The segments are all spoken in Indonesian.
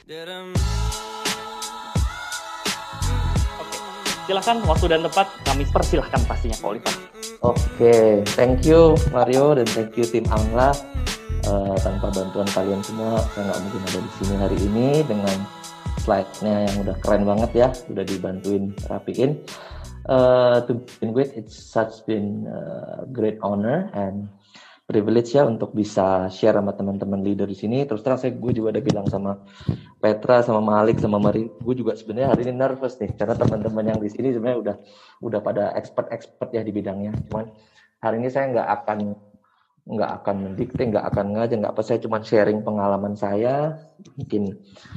Silakan waktu dan tempat kami persilahkan pastinya Pak Oliver. Oke, thank you Mario dan thank you tim Angla. Tanpa bantuan kalian semua, saya nggak mungkin ada di sini hari ini dengan slide-nya yang udah keren banget ya, udah dibantuin rapiin. To begin with, it's such been a great honor and privilege ya untuk bisa share sama teman-teman leader di sini. Terus terang gue juga udah bilang sama Petra, sama Malik, sama Mari, gue juga sebenarnya hari ini nervous nih karena teman-teman yang di sini sebenarnya udah pada expert ya di bidangnya. Cuman hari ini saya nggak akan mendikte, nggak akan ngajar, nggak apa, saya cuma sharing pengalaman saya, mungkin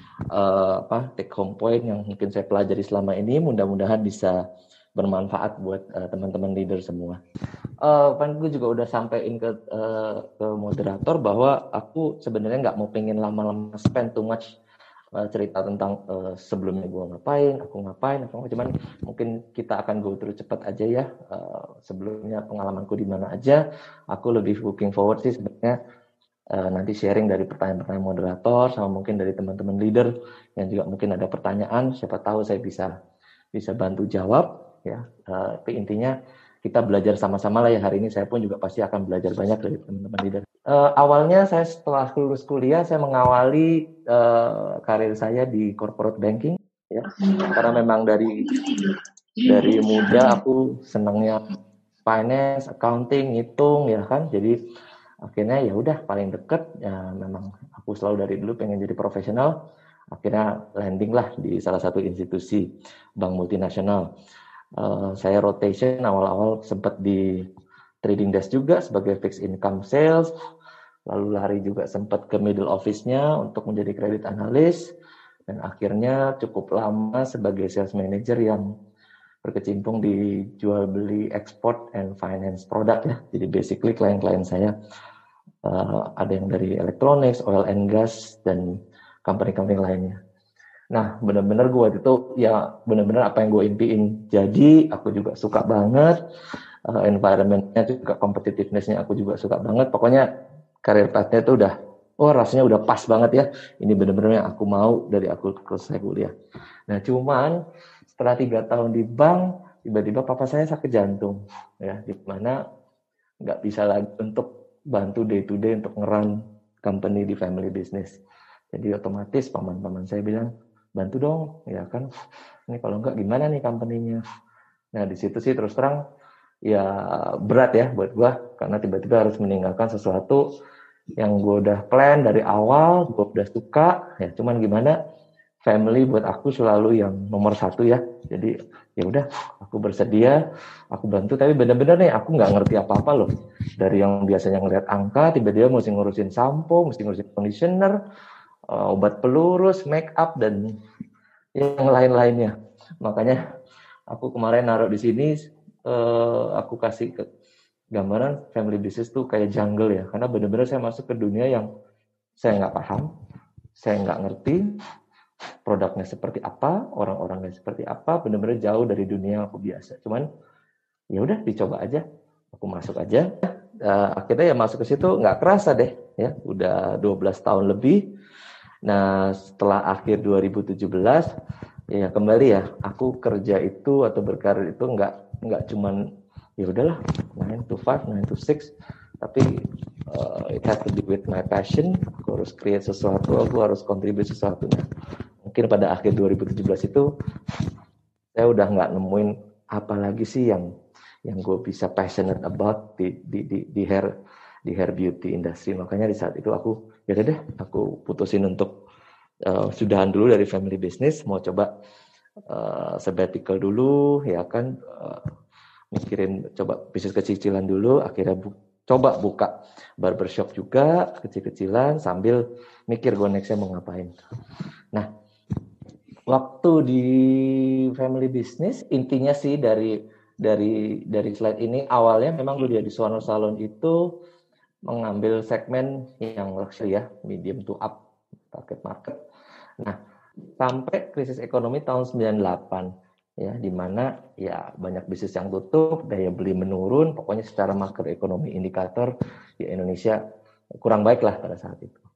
take home point yang mungkin saya pelajari selama ini, mudah-mudahan bisa bermanfaat buat teman-teman leader semua. Gue juga udah sampaikan ke moderator bahwa aku sebenarnya nggak mau pengen lama-lama spend too much cerita tentang sebelumnya gue ngapain, cuman mungkin kita akan go through cepat aja ya. Sebelumnya pengalamanku di mana aja, aku lebih looking forward sih sebenarnya nanti sharing dari pertanyaan-pertanyaan moderator sama mungkin dari teman-teman leader yang juga mungkin ada pertanyaan, siapa tahu saya bisa bantu jawab ya. Tapi intinya kita belajar sama-sama lah ya. Hari ini saya pun juga pasti akan belajar banyak dari teman-teman leader. Awalnya saya setelah lulus kuliah saya mengawali karir saya di corporate banking ya. Karena memang dari muda aku senangnya finance, accounting, ngitung ya kan. Jadi akhirnya ya udah paling deket ya, memang aku selalu dari dulu pengen jadi profesional. Akhirnya landing lah di salah satu institusi bank multinasional. Saya rotation awal-awal sempat di trading desk juga sebagai fixed income sales, lalu lari juga sempat ke middle office-nya untuk menjadi credit analyst, dan akhirnya cukup lama sebagai sales manager yang berkecimpung di jual beli export and finance product ya. Jadi basically klien-klien saya ada yang dari electronics, oil and gas, dan company-company lainnya. Nah, benar-benar gue waktu itu ya benar-benar apa yang gue impiin. Jadi aku juga suka banget environment-nya juga, competitiveness-nya aku juga suka banget. Pokoknya karir path-nya itu rasanya udah pas banget ya. Ini benar-benar yang aku mau dari aku selesai kuliah. Nah, cuman setelah 3 tahun di bank, tiba-tiba papa saya sakit jantung ya, di mana nggak bisa lagi untuk bantu day to day untuk ngeran company di family business. Jadi otomatis paman-paman saya bilang, bantu dong, ya kan. Ini kalau enggak gimana nih company-nya. Nah, di situ sih terus terang ya berat ya buat gue, karena tiba-tiba harus meninggalkan sesuatu yang gue udah plan dari awal, gue udah suka, ya cuman gimana, family buat aku selalu yang nomor satu ya. Jadi ya udah, aku bersedia, aku bantu, tapi benar-benar nih aku nggak ngerti apa-apa loh. Dari yang biasanya ngeliat angka, tiba-tiba mesti ngurusin sampo, mesti ngurusin conditioner, obat pelurus, make up, dan yang lain-lainnya. Makanya aku kemarin naruh di sini, aku kasih ke gambaran family business tuh kayak jungle ya, karena benar-benar saya masuk ke dunia yang saya nggak paham, saya nggak ngerti produknya seperti apa, orang-orangnya seperti apa, benar-benar jauh dari dunia yang aku biasa. Cuman ya udah dicoba aja, aku masuk aja. Akhirnya ya masuk ke situ nggak kerasa deh ya, udah 12 tahun lebih. Nah, setelah akhir 2017 ya kembali ya, aku kerja itu atau berkarir itu nggak cuman ya udahlah 9 to 5, 9 to 6, tapi it has to be with my passion. Aku harus create sesuatu, aku harus contribute sesuatu. Nah, mungkin pada akhir 2017 itu saya udah nggak nemuin apa lagi sih yang gue bisa passionate about di hair beauty industry. Makanya di saat itu aku putusin untuk sudahan dulu dari family business, mau coba sabbatical dulu ya kan, mikirin coba bisnis kecil-kecilan dulu. Akhirnya coba buka barbershop juga kecil-kecilan sambil mikir gue nextnya mau ngapain. Nah, waktu di family business intinya sih dari slide ini, awalnya memang gue di Suwarno Salon itu mengambil segmen yang luxury ya, medium to up target market. Nah, sampai krisis ekonomi tahun 98 ya, di mana ya banyak bisnis yang tutup, daya beli menurun, pokoknya secara makroekonomi indikator di Indonesia kurang baik lah pada saat itu.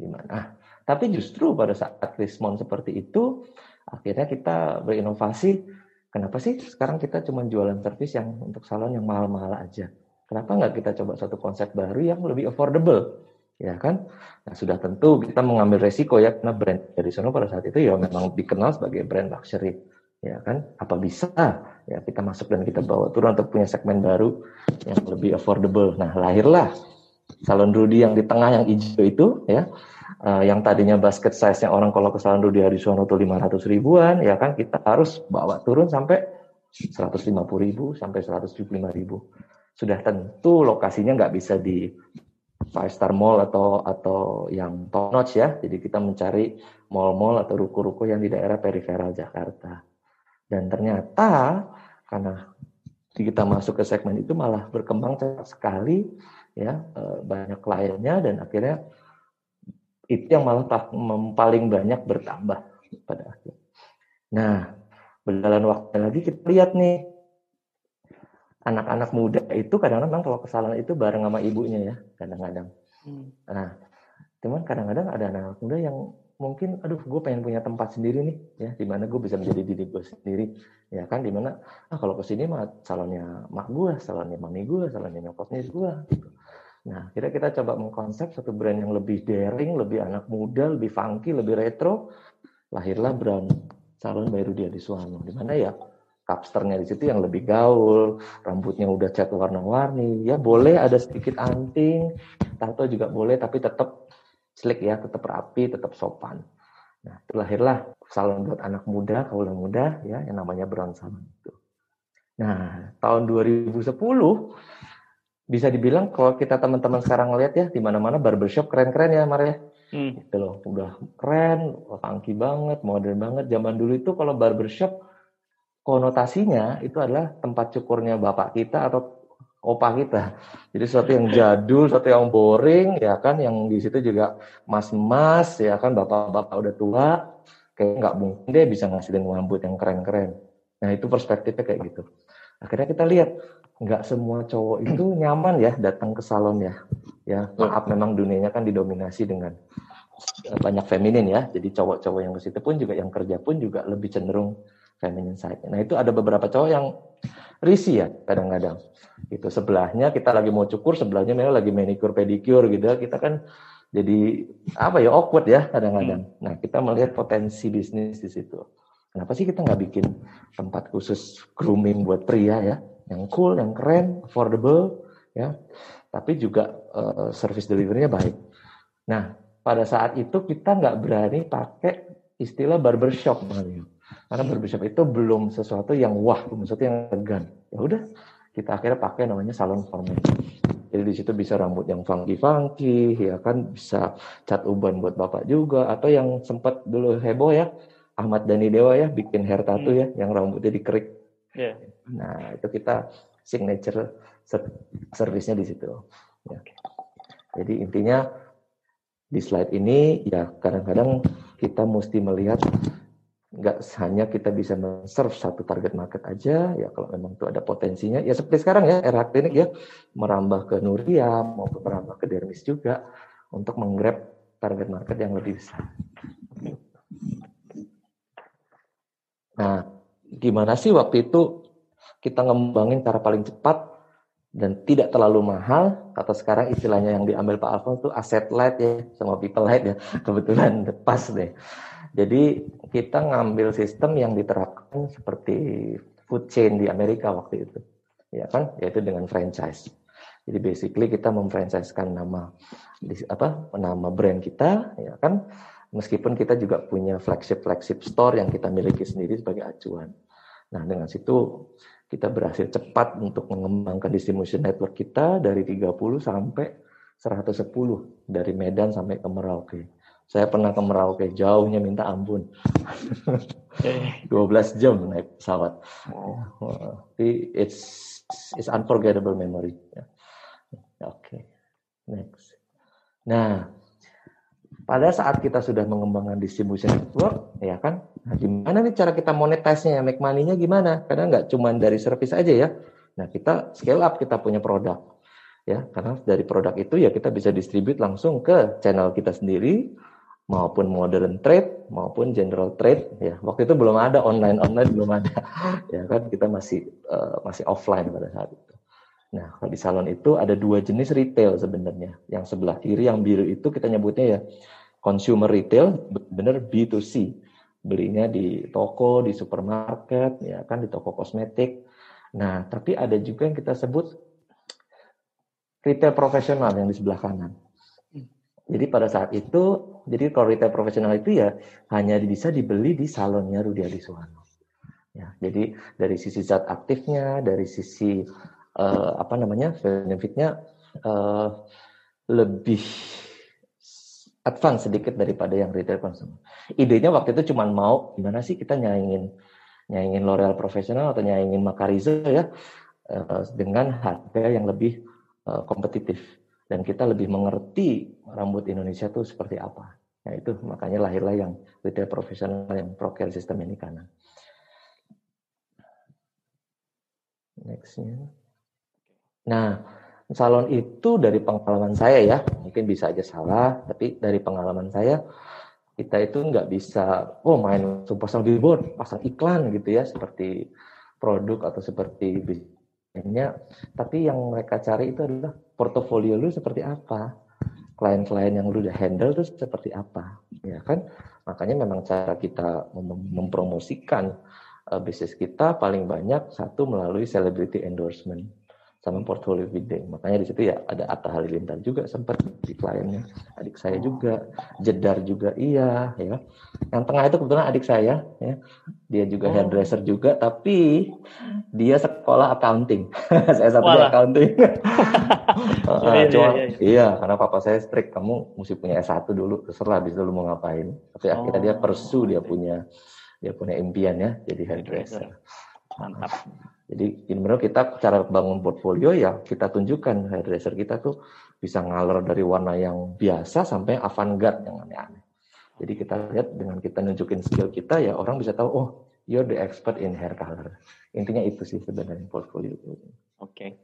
Gimana? Tapi justru pada saat respon seperti itu, akhirnya kita berinovasi. Kenapa sih sekarang kita cuma jualan servis yang untuk salon yang mahal-mahal aja? Kenapa nggak kita coba satu konsep baru yang lebih affordable? Ya kan? Nah, sudah tentu kita mengambil resiko ya, karena brand dari sana pada saat itu ya memang dikenal sebagai brand luxury. Ya kan? Apa bisa ya kita masuk dan kita bawa turun untuk punya segmen baru yang lebih affordable. Nah, lahirlah Salon Rudy yang di tengah yang hijau itu ya. Yang tadinya basket size-nya orang kalau ke Salon Rudy Hadisono tuh 500 ribuan, ya kan kita harus bawa turun sampai 150 ribu sampai 175 ribu. Sudah tentu lokasinya nggak bisa di 5-star mall atau yang top notch ya. Jadi kita mencari mall-mall atau ruko-ruko yang di daerah periferal Jakarta. Dan ternyata karena kita masuk ke segmen itu malah berkembang cepat sekali ya, banyak kliennya dan akhirnya itu yang malah paling banyak bertambah pada akhirnya. Nah, berjalan waktu lagi kita lihat nih, anak-anak muda itu kadang-kadang kalau ke salon itu bareng sama ibunya ya, kadang-kadang. Nah, cuman kadang-kadang ada anak muda yang mungkin, aduh gue pengen punya tempat sendiri nih, ya, di mana gue bisa menjadi diri gue sendiri, ya kan, di mana kalau kesini mah salonnya mak gue, salonnya mami gue, salonnya nyokapnya gue, gitu. Nah, kita coba mengkonsep satu brand yang lebih daring, lebih anak muda, lebih funky, lebih retro. Lahirlah brand Salon by Rudy Hadisono, di mana ya kapsternya di situ yang lebih gaul, rambutnya udah cat warna-warni, ya boleh ada sedikit anting, tato juga boleh, tapi tetap slick ya, tetap rapi, tetap sopan. Nah, itu lahirlah salon buat anak muda, kaula muda, ya, yang namanya Brown Salon itu. Nah, tahun 2010 bisa dibilang kalau kita teman-teman sekarang ngeliat ya, di mana-mana barbershop keren-keren ya, Mar ya. Gitu loh, udah keren, funky banget, modern banget. Zaman dulu itu kalau barbershop konotasinya itu adalah tempat cukurnya bapak kita atau opa kita. Jadi sesuatu yang jadul, sesuatu yang boring, ya kan, yang di situ juga mas-mas, ya kan, bapak-bapak udah tua, kayak nggak mungkin deh bisa ngasilin rambut yang keren-keren. Nah, itu perspektifnya kayak gitu. Akhirnya kita lihat, nggak semua cowok itu nyaman ya datang ke salon ya. Ya, maaf memang dunianya kan didominasi dengan banyak feminin ya. Jadi cowok-cowok yang ke situ pun juga, yang kerja pun juga lebih cenderung feminine side. Nah, itu ada beberapa cowok yang risih ya kadang-kadang. Itu sebelahnya kita lagi mau cukur, sebelahnya memang lagi manicure pedicure gitu. Kita kan jadi apa ya, awkward ya kadang-kadang. Nah, kita melihat potensi bisnis di situ. Kenapa sih kita nggak bikin tempat khusus grooming buat pria ya, yang cool, yang keren, affordable ya, tapi juga service delivery-nya baik. Nah, pada saat itu kita nggak berani pakai istilah barbershop, karena barbershop itu belum sesuatu yang wah, belum sesuatu yang elegan. Ya udah, kita akhirnya pakai namanya salon formal. Jadi di situ bisa rambut yang funky, ya kan, bisa cat uban buat bapak juga, atau yang sempat dulu heboh ya, Ahmad Dhani Dewa ya, bikin hair tattoo ya, yang rambutnya dikerik. Yeah. Nah, itu kita signature service-nya di situ. Ya. Jadi intinya di slide ini ya kadang-kadang kita mesti melihat nggak hanya kita bisa men-serve satu target market aja, ya kalau memang itu ada potensinya, ya seperti sekarang ya, RH Klinik ya, merambah ke Nuria, maupun merambah ke Dermis juga, untuk menggrab target market yang lebih besar. Nah, gimana sih waktu itu kita ngembangin cara paling cepat dan tidak terlalu mahal, atau sekarang istilahnya yang diambil Pak Alfons itu asset light ya, sama people light ya, kebetulan pas deh. Jadi kita ngambil sistem yang diterapkan seperti food chain di Amerika waktu itu, ya kan, yaitu dengan franchise. Jadi basically kita memfranchise-kan nama brand kita, ya kan, meskipun kita juga punya flagship store yang kita miliki sendiri sebagai acuan. Nah, dengan situ kita berhasil cepat untuk mengembangkan distribution network kita dari 30 sampai 110 dari Medan sampai ke Merauke. Saya pernah ke Merauke, jauhnya minta ampun. 12 jam naik pesawat. It's unforgettable memory. Oke. Next. Nah, pada saat kita sudah mengembangkan distribution network, ya kan? Nah, gimana nih cara kita monetize-nya, make money-nya gimana? Karena nggak cuma dari service aja ya. Nah, kita scale up, kita punya produk. ya, karena dari produk itu ya kita bisa distribute langsung ke channel kita sendiri, maupun modern trade maupun general trade, ya. Waktu itu belum ada online belum ada, ya kan, kita masih offline pada saat itu. Nah, kalau di salon itu ada 2 jenis retail sebenarnya. Yang sebelah kiri yang biru itu kita nyebutnya ya consumer retail, benar B2C. Belinya di toko, di supermarket, ya kan, di toko kosmetik. Nah, tapi ada juga yang kita sebut retail profesional yang di sebelah kanan. Jadi pada saat itu, jadi kalau retail profesional itu ya hanya bisa dibeli di salonnya Rudy Adiswarno. Ya, jadi dari sisi zat aktifnya, dari sisi benefitnya lebih advance sedikit daripada yang retail consumer. Idenya waktu itu cuma mau gimana sih kita nyaingin L'Oreal profesional atau nyaingin Macarizo ya dengan harga yang lebih kompetitif, dan kita lebih mengerti rambut Indonesia itu seperti apa. Nah itu makanya lahirlah yang retail profesional yang ProCare System ini kanan. Nextnya. Nah, salon itu dari pengalaman saya ya, mungkin bisa aja salah, tapi dari pengalaman saya, kita itu nggak bisa, main pasang billboard, pasang iklan gitu ya, seperti produk atau seperti bisnisnya, tapi yang mereka cari itu adalah portofolio lu seperti apa, klien-klien yang lu udah handle itu seperti apa, ya kan? Makanya memang cara kita mempromosikan bisnis kita paling banyak satu melalui celebrity endorsement sama portfolio bidding. Makanya di situ ya ada Atta Halilintar juga sempat di kliennya, adik saya juga, Jedar juga iya, ya. Yang tengah itu kebetulan adik saya, ya. Dia juga hairdresser juga, tapi dia sekolah accounting. Saya satunya accounting. Iya, karena papa saya strict, kamu mesti punya S1 dulu, terserah habis itu lu mau ngapain. Tapi akhirnya dia pursue, dia punya impian ya, jadi hairdresser. Mantap. Jadi menurut kita cara bangun portfolio ya kita tunjukkan hairdresser kita tuh bisa ngalor dari warna yang biasa sampai avant-garde yang aneh-aneh. Jadi kita lihat dengan kita nunjukin skill kita ya orang bisa tahu, oh you're the expert in hair color. Intinya itu sih sebenarnya portfolio. Oke.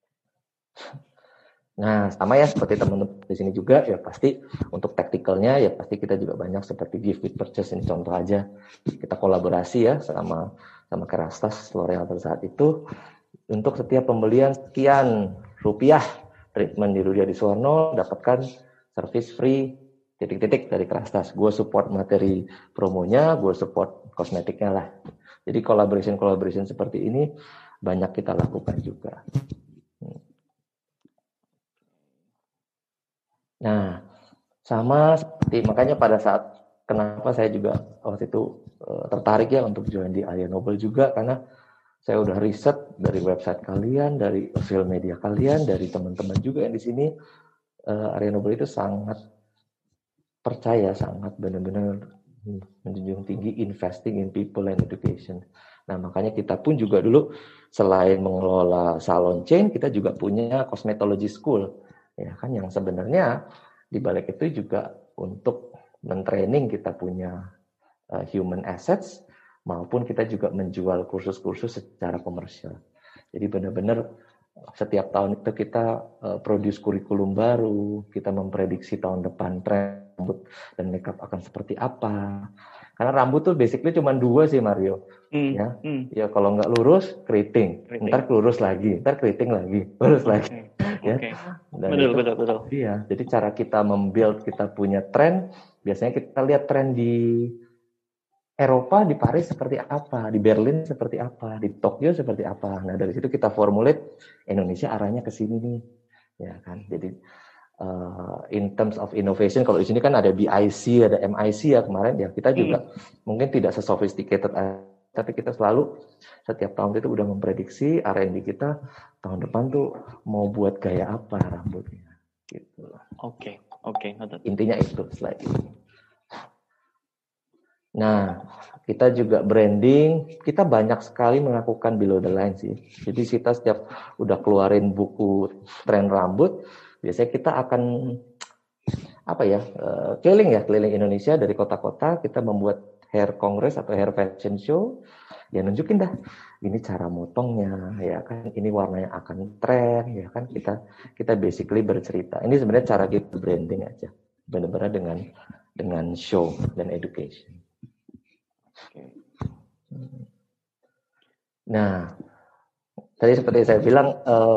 Nah sama ya seperti teman-teman di sini juga ya pasti untuk tacticalnya ya pasti kita juga banyak seperti gift with purchase, ini contoh aja. Kita kolaborasi ya sama Kerastas L'Oreal pada saat itu, untuk setiap pembelian sekian rupiah treatment di Rudy Adiswarno dapatkan service free titik-titik dari Kerastas. Gue support materi promonya, gue support kosmetiknya lah. Jadi collaboration seperti ini banyak kita lakukan juga. Nah, sama seperti makanya pada saat kenapa saya juga waktu itu tertarik ya untuk join di Arya Noble juga, karena saya udah riset dari website kalian, dari sosial media kalian, dari teman-teman juga yang di sini. Arya Noble itu sangat percaya, sangat benar-benar menjunjung tinggi investing in people and education. Nah makanya kita pun juga dulu selain mengelola salon chain, kita juga punya cosmetology school, ya kan, yang sebenarnya di balik itu juga untuk mentraining kita punya human assets, maupun kita juga menjual kursus-kursus secara komersial. Jadi benar-benar setiap tahun itu kita produce kurikulum baru, kita memprediksi tahun depan tren rambut dan makeup akan seperti apa. Karena rambut tuh basically cuma 2 sih Mario. Ya kalau nggak lurus keriting, ntar lurus lagi, ntar keriting lagi, lurus lagi. Ya. Betul. Iya, jadi cara kita membuild kita punya tren, biasanya kita lihat tren di Eropa, di Paris seperti apa, di Berlin seperti apa, di Tokyo seperti apa. Nah dari situ kita formulate Indonesia arahnya ke sini nih, ya kan. Jadi in terms of innovation, kalau di sini kan ada BIC, ada MIC ya kemarin ya, kita juga mungkin tidak sesophisticated, tapi kita selalu setiap tahun itu udah memprediksi R&D kita tahun depan tuh mau buat gaya apa rambutnya, gitu. Oke. Intinya itu slide ini. Nah, kita juga branding, kita banyak sekali melakukan below the line sih. Jadi kita setiap udah keluarin buku tren rambut, biasanya kita akan keliling Indonesia dari kota-kota, kita membuat hair congress atau hair fashion show, ya nunjukin dah ini cara motongnya, ya kan, ini warnanya akan tren, ya kan, kita basically bercerita. Ini sebenarnya cara kita branding aja, benar-benar dengan show dan education. Nah, tadi seperti saya bilang,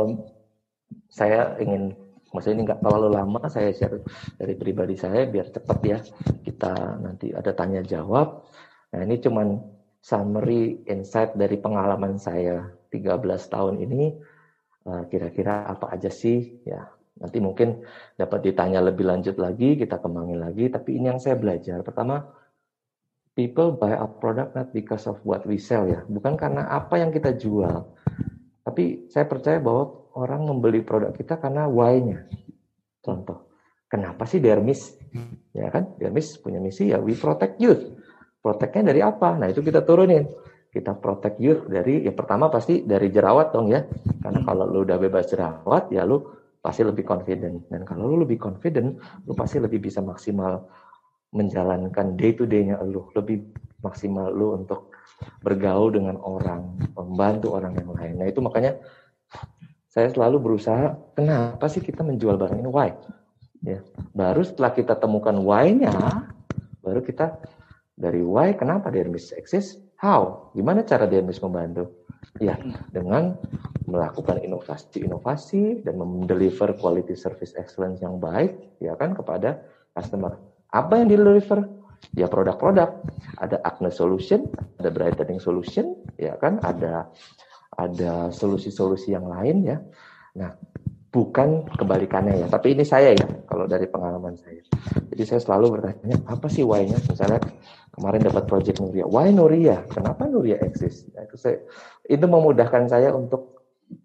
saya ingin, maksudnya ini nggak terlalu lama, saya share dari pribadi saya biar cepat ya, kita nanti ada tanya jawab. Nah, ini cuman summary insight dari pengalaman saya 13 tahun ini, kira-kira apa aja sih ya. Nanti mungkin dapat ditanya lebih lanjut lagi, kita kembangin lagi, tapi ini yang saya belajar. Pertama, people buy our product not because of what we sell ya, bukan karena apa yang kita jual. Tapi saya percaya bahwa orang membeli produk kita karena why-nya. Contoh, kenapa sih Dermis? Ya kan, Dermis punya misi ya, we protect youth. Protect-nya dari apa? Nah, itu kita turunin. Kita protect youth dari, ya pertama pasti dari jerawat dong ya. Karena kalau lu udah bebas jerawat, ya lu pasti lebih confident. Dan kalau lu lebih confident, lu pasti lebih bisa maksimal menjalankan day-to-day-nya lu. Lebih maksimal lu untuk bergaul dengan orang, membantu orang yang lain. Nah, itu makanya saya selalu berusaha, kenapa sih kita menjual barang ini? Why? Ya, baru setelah kita temukan why-nya, baru kita dari why, kenapa Dermis eksis, how, gimana cara Dermis membantu? Ya, dengan melakukan inovasi-inovasi dan mendeliver quality service excellence yang baik, ya kan, kepada customer. Apa yang di-deliver? Ya produk-produk. Ada acne solution, ada brightening solution, ya kan, ada solusi-solusi yang lain ya. Nah, bukan kebalikannya ya. Tapi ini saya ya, kalau dari pengalaman saya. Jadi saya selalu bertanya, apa sih why-nya? Misalnya kemarin dapat project Nuria. Why Nuria? Kenapa Nuria eksis? Nah, itu memudahkan saya untuk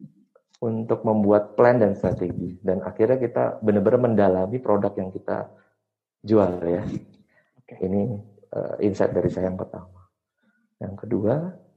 membuat plan dan strategi. Dan akhirnya kita benar-benar mendalami produk yang kita jual ya. Ini insight dari saya yang pertama. Yang kedua,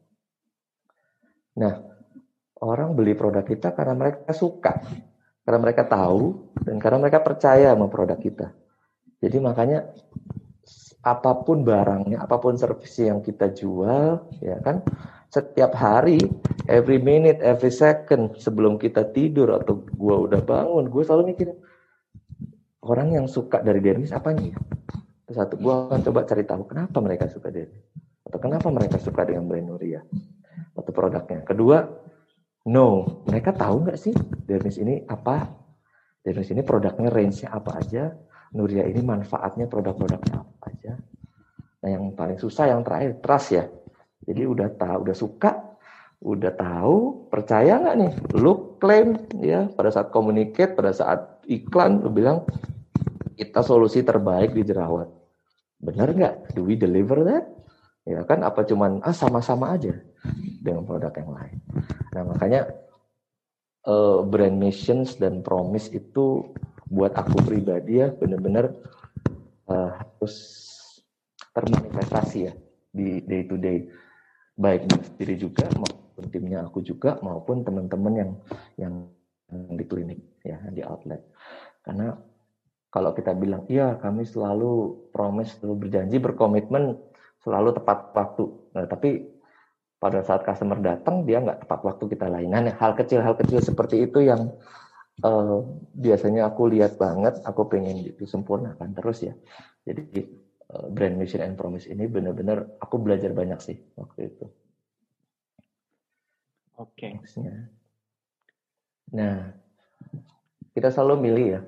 nah, orang beli produk kita karena mereka suka, karena mereka tahu, dan karena mereka percaya sama produk kita. Jadi makanya apapun barangnya, apapun servis yang kita jual, ya kan, setiap hari, every minute, every second, sebelum kita tidur atau gue udah bangun, gue selalu mikirin orang yang suka dari Dermis apanya ya? Terus satu, gue akan coba cari tahu kenapa mereka suka Dermis, atau kenapa mereka suka dengan brand Nuria atau produknya. Kedua, mereka tahu nggak sih Dermis ini apa? Dermis ini produknya range-nya apa aja? Nuria ini manfaatnya produk-produknya apa aja? Nah, yang paling susah yang terakhir, trust ya. Jadi udah tahu, udah suka, udah tahu, percaya nggak nih? Lu klaim ya pada saat communicate, pada saat iklan, lu bilang kita solusi terbaik di jerawat. Benar nggak? Do we deliver that? Ya kan? Apa cuman sama-sama aja dengan produk yang lain? Nah, makanya brand missions dan promise itu buat aku pribadi ya benar-benar harus termanifestasi ya di day to day, baik diri juga maupun timnya aku juga maupun teman-teman yang di klinik ya, di outlet. Karena kalau kita bilang iya kami selalu promise, selalu berjanji, berkomitmen, selalu tepat waktu. Nah, tapi pada saat customer datang dia nggak tepat waktu kita layanan. Hal kecil seperti itu yang biasanya aku lihat banget, aku pengen disempurnakan terus ya. Jadi brand mission and promise ini benar-benar aku belajar banyak sih waktu itu. Oke. Nah, kita selalu milih ya.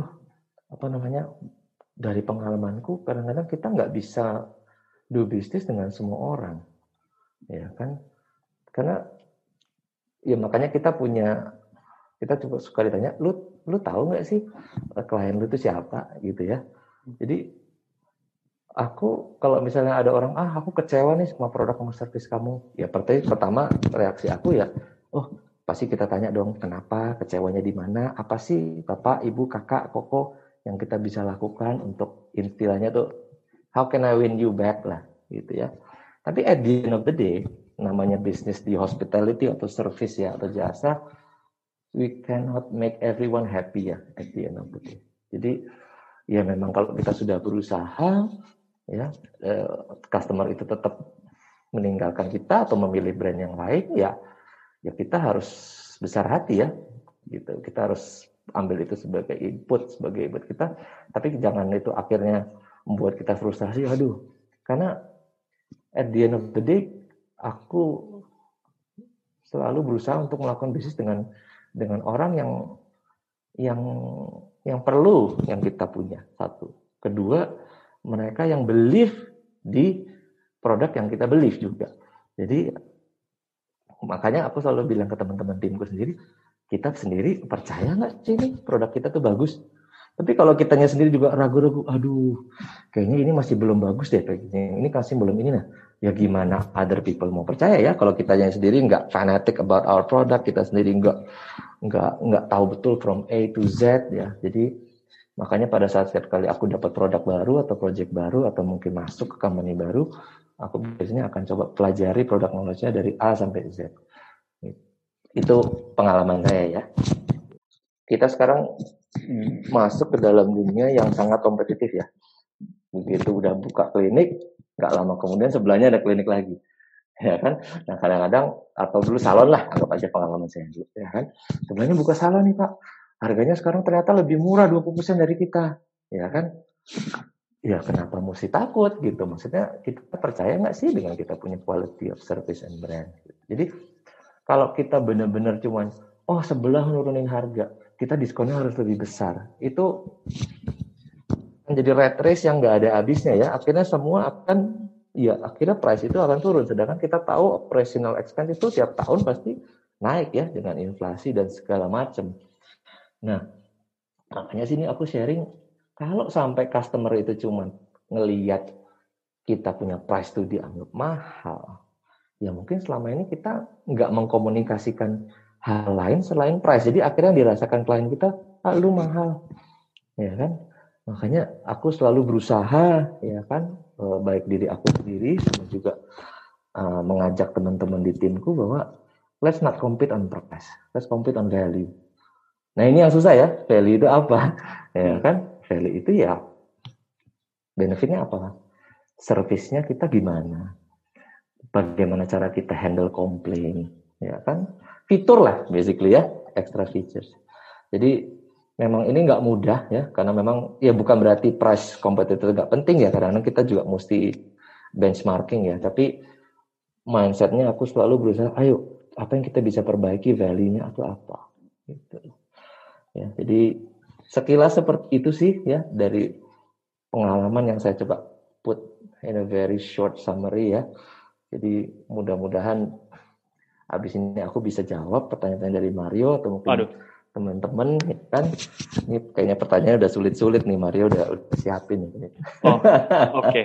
Dari pengalamanku kadang-kadang kita nggak bisa do bisnis dengan semua orang. Ya kan? Karena ya makanya kita coba suka ditanya, lu tahu nggak sih klien lu itu siapa gitu ya. Jadi aku kalau misalnya ada orang, aku kecewa nih sama produk sama servis kamu, ya pertama reaksi aku ya, pasti kita tanya dong kenapa, kecewanya di mana, apa sih bapak, ibu, kakak, koko yang kita bisa lakukan untuk istilahnya tuh how can I win you back lah gitu ya. Tapi at the end of the day, namanya bisnis di hospitality atau service ya atau jasa, we cannot make everyone happy ya at the end of the day. Jadi Ya memang kalau kita sudah berusaha, ya customer itu tetap meninggalkan kita atau memilih brand yang lain, ya kita harus besar hati ya, gitu. Kita harus ambil itu sebagai input buat kita, tapi jangan itu akhirnya membuat kita frustasi. Aduh, karena at the end of the day, aku selalu berusaha untuk melakukan bisnis dengan orang yang perlu yang kita punya. Satu. Kedua, mereka yang believe di produk yang kita believe juga. Jadi makanya aku selalu bilang ke teman-teman timku sendiri, kita sendiri percaya nggak sih ini produk kita tuh bagus? Tapi kalau kitanya sendiri juga ragu-ragu, aduh, kayaknya ini masih belum bagus deh, ini kasih belum ini nah. Ya gimana other people mau percaya ya kalau kitanya sendiri nggak fanatic about our product, kita sendiri nggak tahu betul from A to Z ya. Jadi makanya pada saat setiap kali aku dapat produk baru atau project baru atau mungkin masuk ke company baru, aku biasanya akan coba pelajari produk knowledge-nya dari A sampai Z. Itu pengalaman saya ya. Kita sekarang masuk ke dalam dunia yang sangat kompetitif ya. Begitu udah buka klinik, nggak lama kemudian sebelahnya ada klinik lagi. Ya kan? Nah kadang-kadang, atau dulu salon lah, anggap aja pengalaman saya dulu. Ya kan? Sebelahnya buka salon nih Pak. Harganya sekarang ternyata lebih murah 20% dari kita. Ya kan? Ya kenapa mesti takut gitu? Maksudnya kita percaya nggak sih dengan kita punya quality of service and brand? Jadi kalau kita benar-benar cuman, oh sebelah nurunin harga, kita diskonnya harus lebih besar. Itu menjadi rat race yang nggak ada habisnya ya. Akhirnya semua akan, ya akhirnya price itu akan turun. Sedangkan kita tahu operational expense itu tiap tahun pasti naik ya dengan inflasi dan segala macam. Nah, makanya sini aku sharing, kalau sampai customer itu cuma ngelihat kita punya price itu dianggap mahal, ya mungkin selama ini kita nggak mengkomunikasikan hal lain selain price. Jadi akhirnya dirasakan klien kita, lu mahal, ya kan? Makanya aku selalu berusaha, ya kan, baik diri aku sendiri sama juga mengajak teman-teman di timku bahwa let's not compete on price, let's compete on value. Nah ini yang susah ya, value itu apa? Ya kan, value itu ya benefitnya apa? Service-nya kita gimana? Bagaimana cara kita handle komplain? Ya kan, fitur lah basically ya, extra features. Jadi memang ini nggak mudah ya, karena memang ya bukan berarti price kompetitor nggak penting ya, karena kita juga mesti benchmarking ya. Tapi mindsetnya aku selalu berusaha, ayo apa yang kita bisa perbaiki, value-nya atau apa? Gitu. Ya, jadi sekilas seperti itu sih ya dari pengalaman yang saya coba put in a very short summary ya. Jadi mudah-mudahan abis ini aku bisa jawab pertanyaan dari Mario atau mungkin teman-teman ya kan. Ini kayaknya pertanyaannya udah sulit-sulit nih, Mario udah siapin nih. Oh, oke.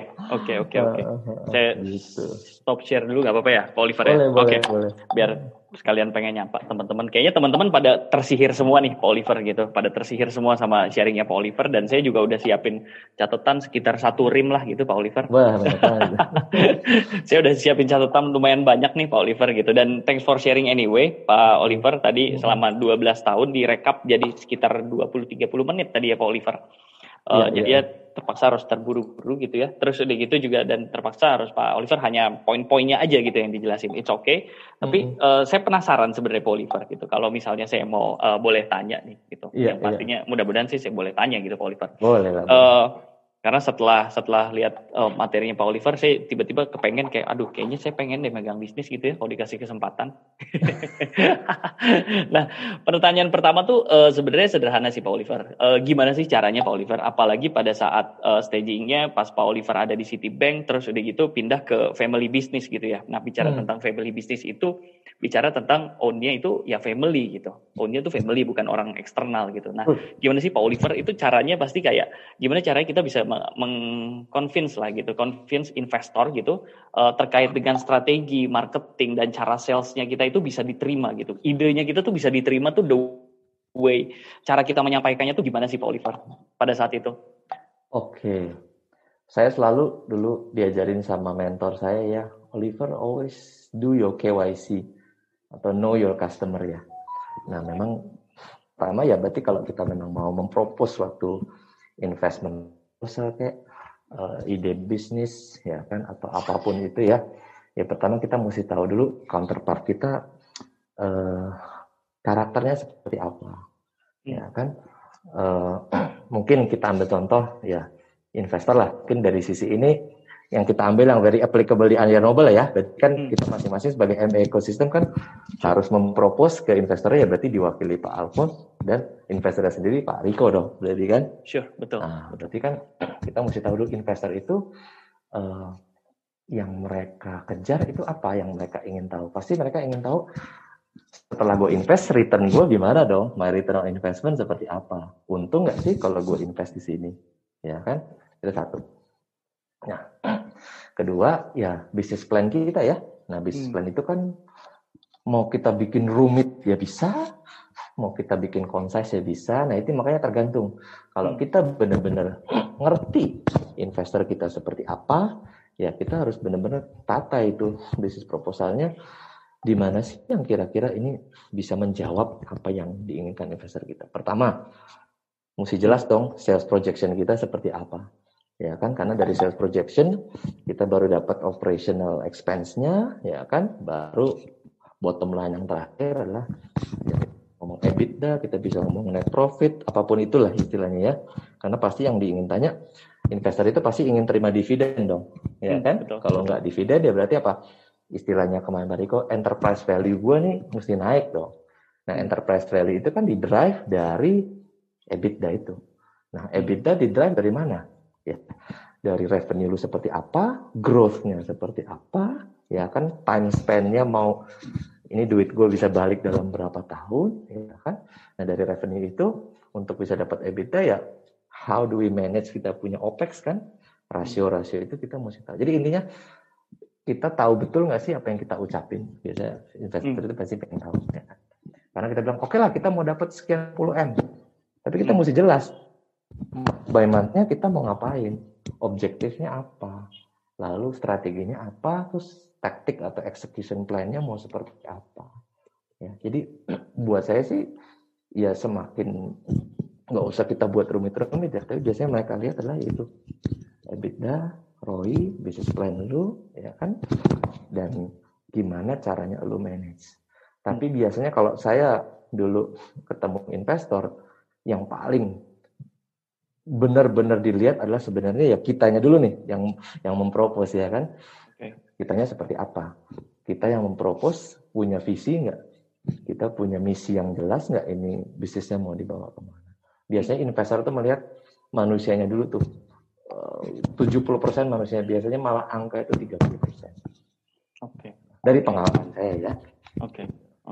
Saya gitu. stop share dulu nggak apa-apa ya, Pak Oliver ya? Boleh. Biar sekalian pengen nyapa teman-teman. Kayaknya teman-teman pada tersihir semua nih Pak Oliver gitu. Pada tersihir semua sama sharingnya Pak Oliver. Dan saya juga udah siapin catatan sekitar 1 rim lah gitu Pak Oliver. Wah, banyak banget. Saya udah siapin catatan lumayan banyak nih Pak Oliver gitu. Dan thanks for sharing anyway Pak Oliver. Tadi selama 12 tahun direkap jadi sekitar 20-30 menit tadi ya Pak Oliver. Jadi ya terpaksa harus terburu-buru gitu ya. Terus udah gitu juga dan terpaksa harus Pak Oliver hanya poin-poinnya aja gitu yang dijelasin. It's okay. Tapi saya penasaran sebenarnya Pak Oliver gitu. Kalau misalnya saya mau boleh tanya nih gitu. Yang pastinya mudah-mudahan sih saya boleh tanya gitu Pak Oliver. Boleh lah. Karena setelah lihat materinya Pak Oliver, saya tiba-tiba kepengen kayak, aduh kayaknya saya pengen deh megang bisnis gitu ya kalau dikasih kesempatan. Nah, pertanyaan pertama tuh sebenarnya sederhana sih Pak Oliver. Gimana sih caranya Pak Oliver? Apalagi pada saat stagingnya pas Pak Oliver ada di Citibank, terus udah gitu pindah ke family business gitu ya. Nah, bicara tentang family business itu, bicara tentang own-nya itu ya family gitu. Own-nya tuh family bukan orang eksternal gitu. Nah, gimana sih Pak Oliver itu caranya pasti kayak, gimana caranya kita bisa meng-convince lah gitu, convince investor gitu terkait dengan strategi marketing dan cara salesnya kita itu bisa diterima gitu. Idenya kita tuh bisa diterima tuh the way. Cara kita menyampaikannya tuh gimana sih Pak Oliver pada saat itu? Oke. Saya selalu dulu diajarin sama mentor saya ya, Oliver always do your KYC atau know your customer ya. Nah memang pertama ya berarti kalau kita memang mau mempropose suatu investment proposal kayak ide bisnis ya kan, atau apapun itu ya. Ya pertama kita mesti tahu dulu counterpart kita karakternya seperti apa, ya kan. Mungkin kita ambil contoh ya investor lah, mungkin dari sisi ini yang kita ambil yang very applicable di Anja Noble ya, berarti kan kita masing-masing sebagai MA Ecosystem kan harus mempropose ke investornya, ya berarti diwakili Pak Alphonse dan investornya sendiri Pak Riko dong, berarti kan? Sure, betul. Nah, berarti kan kita mesti tahu dulu investor itu yang mereka kejar itu apa, yang mereka ingin tahu. Pasti mereka ingin tahu setelah gue invest, return gue gimana dong? My return on investment seperti apa? Untung nggak sih kalau gue invest di sini? Ya kan? Itu satu. Nah, kedua ya bisnis plan kita ya. Nah, bisnis plan itu kan mau kita bikin rumit ya bisa, mau kita bikin concise ya bisa. Nah, itu makanya tergantung. Kalau kita benar-benar ngerti investor kita seperti apa, ya kita harus benar-benar tata itu bisnis proposalnya. Di mana sih yang kira-kira ini bisa menjawab apa yang diinginkan investor kita. Pertama, mesti jelas dong sales projection kita seperti apa. Ya kan, karena dari sales projection kita baru dapat operational expense-nya, ya kan, baru bottom line yang terakhir adalah ya, ngomong EBITDA, kita bisa ngomong net profit, apapun itulah istilahnya ya. Karena pasti yang diingin tanya, investor itu pasti ingin terima dividen dong, ya kan? Kalau nggak dividen ya berarti apa? Istilahnya kemarin Pak Riko, enterprise value gue nih mesti naik dong. Nah, enterprise value itu kan di-drive dari EBITDA itu. Nah, EBITDA di-drive dari mana? Ya, dari revenue lu seperti apa, growth-nya seperti apa, ya kan, time spend-nya mau, ini duit gue bisa balik dalam berapa tahun, ya kan. Nah, dari revenue itu, untuk bisa dapat EBITDA ya, how do we manage kita punya OPEX kan, rasio-rasio itu kita mesti tahu. Jadi intinya, kita tahu betul nggak sih apa yang kita ucapin. Biasanya investor itu pasti pengen tahu. Ya. Karena kita bilang, oke lah kita mau dapat sekian puluh M. Tapi kita mesti jelas. By month-nya kita mau ngapain. Objektifnya apa. Lalu strateginya apa. Terus taktik atau execution plan-nya mau seperti apa. Ya, jadi buat saya sih, ya semakin nggak usah kita buat rumit-rumit ya. Tapi biasanya mereka lihat adalah itu. EBITDA, ROI, business plan lu, ya kan, dan gimana caranya lu manage. Tapi biasanya kalau saya dulu ketemu investor, yang paling benar-benar dilihat adalah sebenarnya ya kitanya dulu nih, yang mempropose ya kan. Kitanya seperti apa? Kita yang mempropose punya visi nggak? Kita punya misi yang jelas nggak? Ini bisnisnya mau dibawa kemana? Biasanya investor tuh melihat manusianya dulu tuh. 70% manusia, biasanya malah angka itu 30%. Oke. Dari pengalaman saya ya. Oke.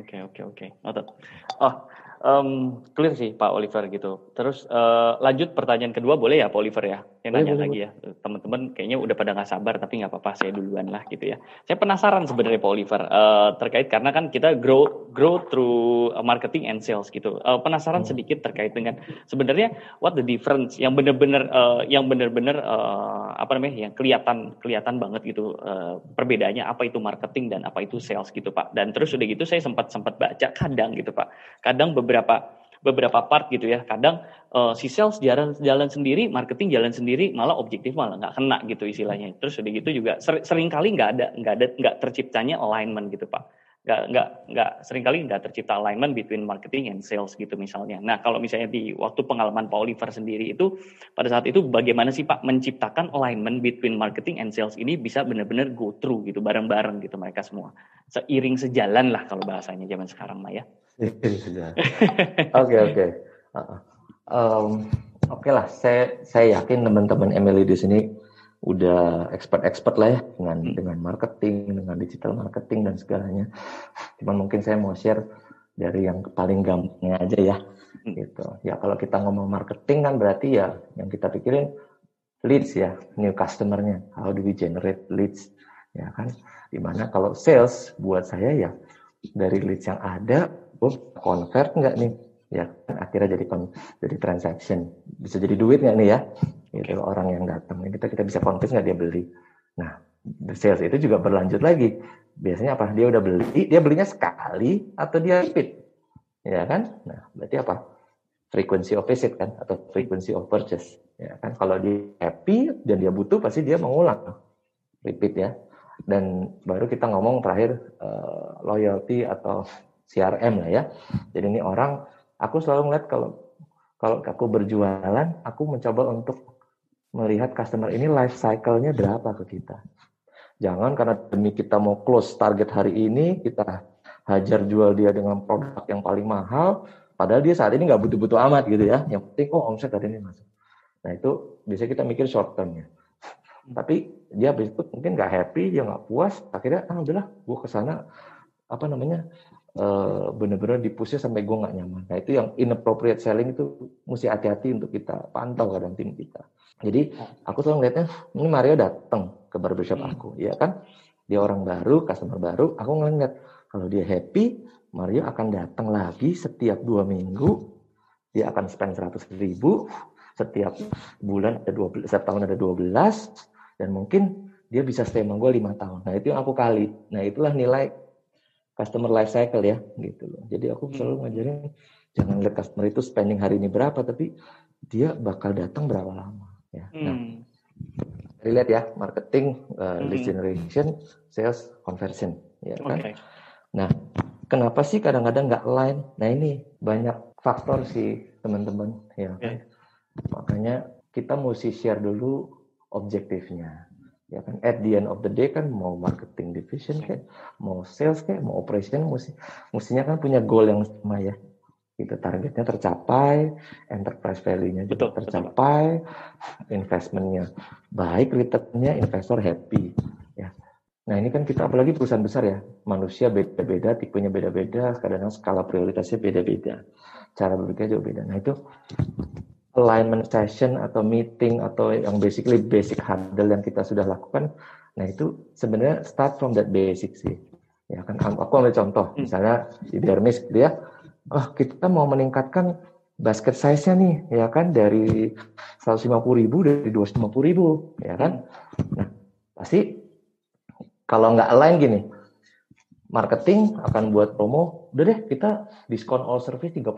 Clear sih Pak Oliver gitu. Terus lanjut pertanyaan kedua boleh ya Pak Oliver ya? Saya nanya lagi ya. Teman-teman kayaknya udah pada nggak sabar tapi nggak apa-apa, saya duluan lah gitu ya. Saya penasaran sebenarnya Pak Oliver terkait karena kan kita grow through marketing and sales gitu. Penasaran sedikit terkait dengan sebenarnya what the difference yang benar-benar yang kelihatan banget gitu perbedaannya apa itu marketing dan apa itu sales gitu Pak. Dan terus udah gitu saya sempat baca kadang gitu Pak. Kadang beberapa part gitu ya. Kadang si sales jalan sendiri, marketing jalan sendiri, malah objektif malah nggak kena gitu istilahnya. Terus udah gitu juga seringkali nggak terciptanya alignment gitu Pak. Seringkali nggak tercipta alignment between marketing and sales gitu misalnya. Nah kalau misalnya di waktu pengalaman Pak Oliver sendiri itu pada saat itu bagaimana sih Pak menciptakan alignment between marketing and sales ini bisa benar-benar go through gitu bareng-bareng gitu mereka semua seiring sejalan lah kalau bahasanya zaman sekarang mah ya. Oke lah, saya yakin teman-teman MLI di sini udah expert lah ya dengan marketing, dengan digital marketing dan segalanya. Cuman mungkin saya mau share dari yang paling gampangnya aja ya. Gitu. Ya kalau kita ngomong marketing kan berarti ya yang kita pikirin leads ya, new customer-nya. How do we generate leads? Ya kan? Dimana kalau sales buat saya ya dari leads yang ada, convert nggak nih? Ya akhirnya jadi transaction, bisa jadi duit nggak nih ya? Gitu, orang yang datang kita bisa convince nggak dia beli. Nah sales itu juga berlanjut lagi. Biasanya apa? Dia udah beli, dia belinya sekali atau dia repeat, ya kan? Nah berarti apa? frequency of visit kan, atau frequency of purchase. Ya kan, kalau dia happy dan dia butuh, pasti dia mengulang, repeat ya. Dan baru kita ngomong terakhir loyalty atau CRM lah ya. Jadi ini orang, aku selalu ngeliat kalau aku berjualan, aku mencoba untuk melihat customer ini life cycle-nya berapa ke kita. Jangan karena demi kita mau close target hari ini, kita hajar jual dia dengan produk yang paling mahal, padahal dia saat ini nggak butuh-butuh amat gitu ya. Yang penting omset hari ini masuk. Nah itu biasanya kita mikir short term-nya. Tapi dia habis itu mungkin nggak happy, dia nggak puas, akhirnya udahlah, gue kesana bener-bener di-push-nya sampai gue nggak nyaman. Nah itu yang inappropriate selling itu mesti hati-hati untuk kita pantau kadang tim kita. Jadi aku selalu ngeliatnya, ini Mario datang ke barbershop aku, ya kan? Dia orang baru, customer baru, aku ngeliat kalau dia happy, Mario akan datang lagi setiap 2 minggu, dia akan spend 100.000, setiap bulan ada 12, setiap tahun ada 12, dan mungkin dia bisa stay sama gue 5 tahun. Nah itu yang aku kali. Nah itulah nilai customer life cycle ya, gitu loh. Jadi aku selalu ngajarin, jangan lihat customer itu spending hari ini berapa, tapi dia bakal datang berapa lama. Ya. Nah, lihat ya, marketing, lead generation, sales, conversion. Ya kan? Okay. Nah, kenapa sih kadang-kadang nggak align? Nah ini banyak faktor sih teman-teman. Ya kan? Makanya kita mesti share dulu objektifnya. Ya kan, at the end of the day kan mau marketing division kayak, mau sales kayak, mau operation mestinya kan punya goal yang sama ya. Gitu, targetnya tercapai, enterprise value-nya juga tercapai, investment-nya baik, return-nya investor happy. Ya. Nah ini kan kita apalagi perusahaan besar ya, manusia beda-beda, tipenya beda-beda, kadang-kadang skala prioritasnya beda-beda, cara berpikirnya juga beda. Nah itu alignment session atau meeting atau yang basically basic hurdle yang kita sudah lakukan, nah itu sebenarnya start from that basic sih. Ya kan, aku ambil contoh, misalnya di Dermis dia, kita mau meningkatkan basket size-nya nih, ya kan, dari 150.000 dari 250.000, ya kan. Nah pasti kalau nggak align gini, marketing akan buat promo, udah deh kita diskon all service 30%,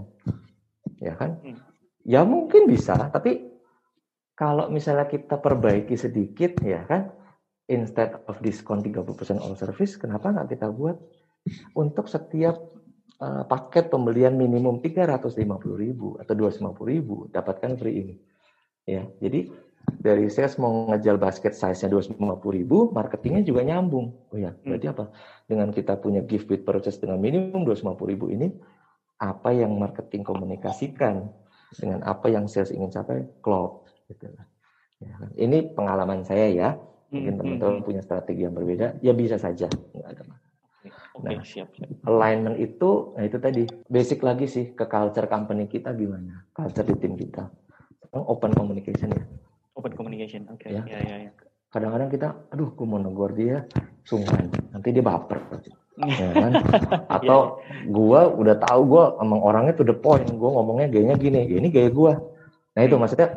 ya kan. Ya mungkin bisa, tapi kalau misalnya kita perbaiki sedikit, ya kan, instead of diskon 30% all service, kenapa nggak kita buat untuk setiap paket pembelian minimum 350.000 atau 250.000 dapatkan free ini. Ya, jadi dari sales mau ngejual basket size-nya 250.000, marketingnya juga nyambung. Oh ya, berarti apa? Dengan kita punya gift with purchase dengan minimum 250.000 ini, apa yang marketing komunikasikan dengan apa yang sales ingin capai, klop. Gitu. Ya, ini pengalaman saya ya. Mungkin teman-teman punya strategi yang berbeda, ya bisa saja. Nggak ada masalah. Nah, siap. Alignment itu, nah itu tadi, basic lagi sih ke culture company kita gimana, culture di tim kita. Open communication ya. Open communication, oke. Ya. Ya. Kadang-kadang kita, gue mau negor dia, sungkan, nanti dia baper. Ya kan? Atau gue udah tahu gue emang orangnya to the point, gue ngomongnya gayanya gini, ini gaya gue. Nah itu maksudnya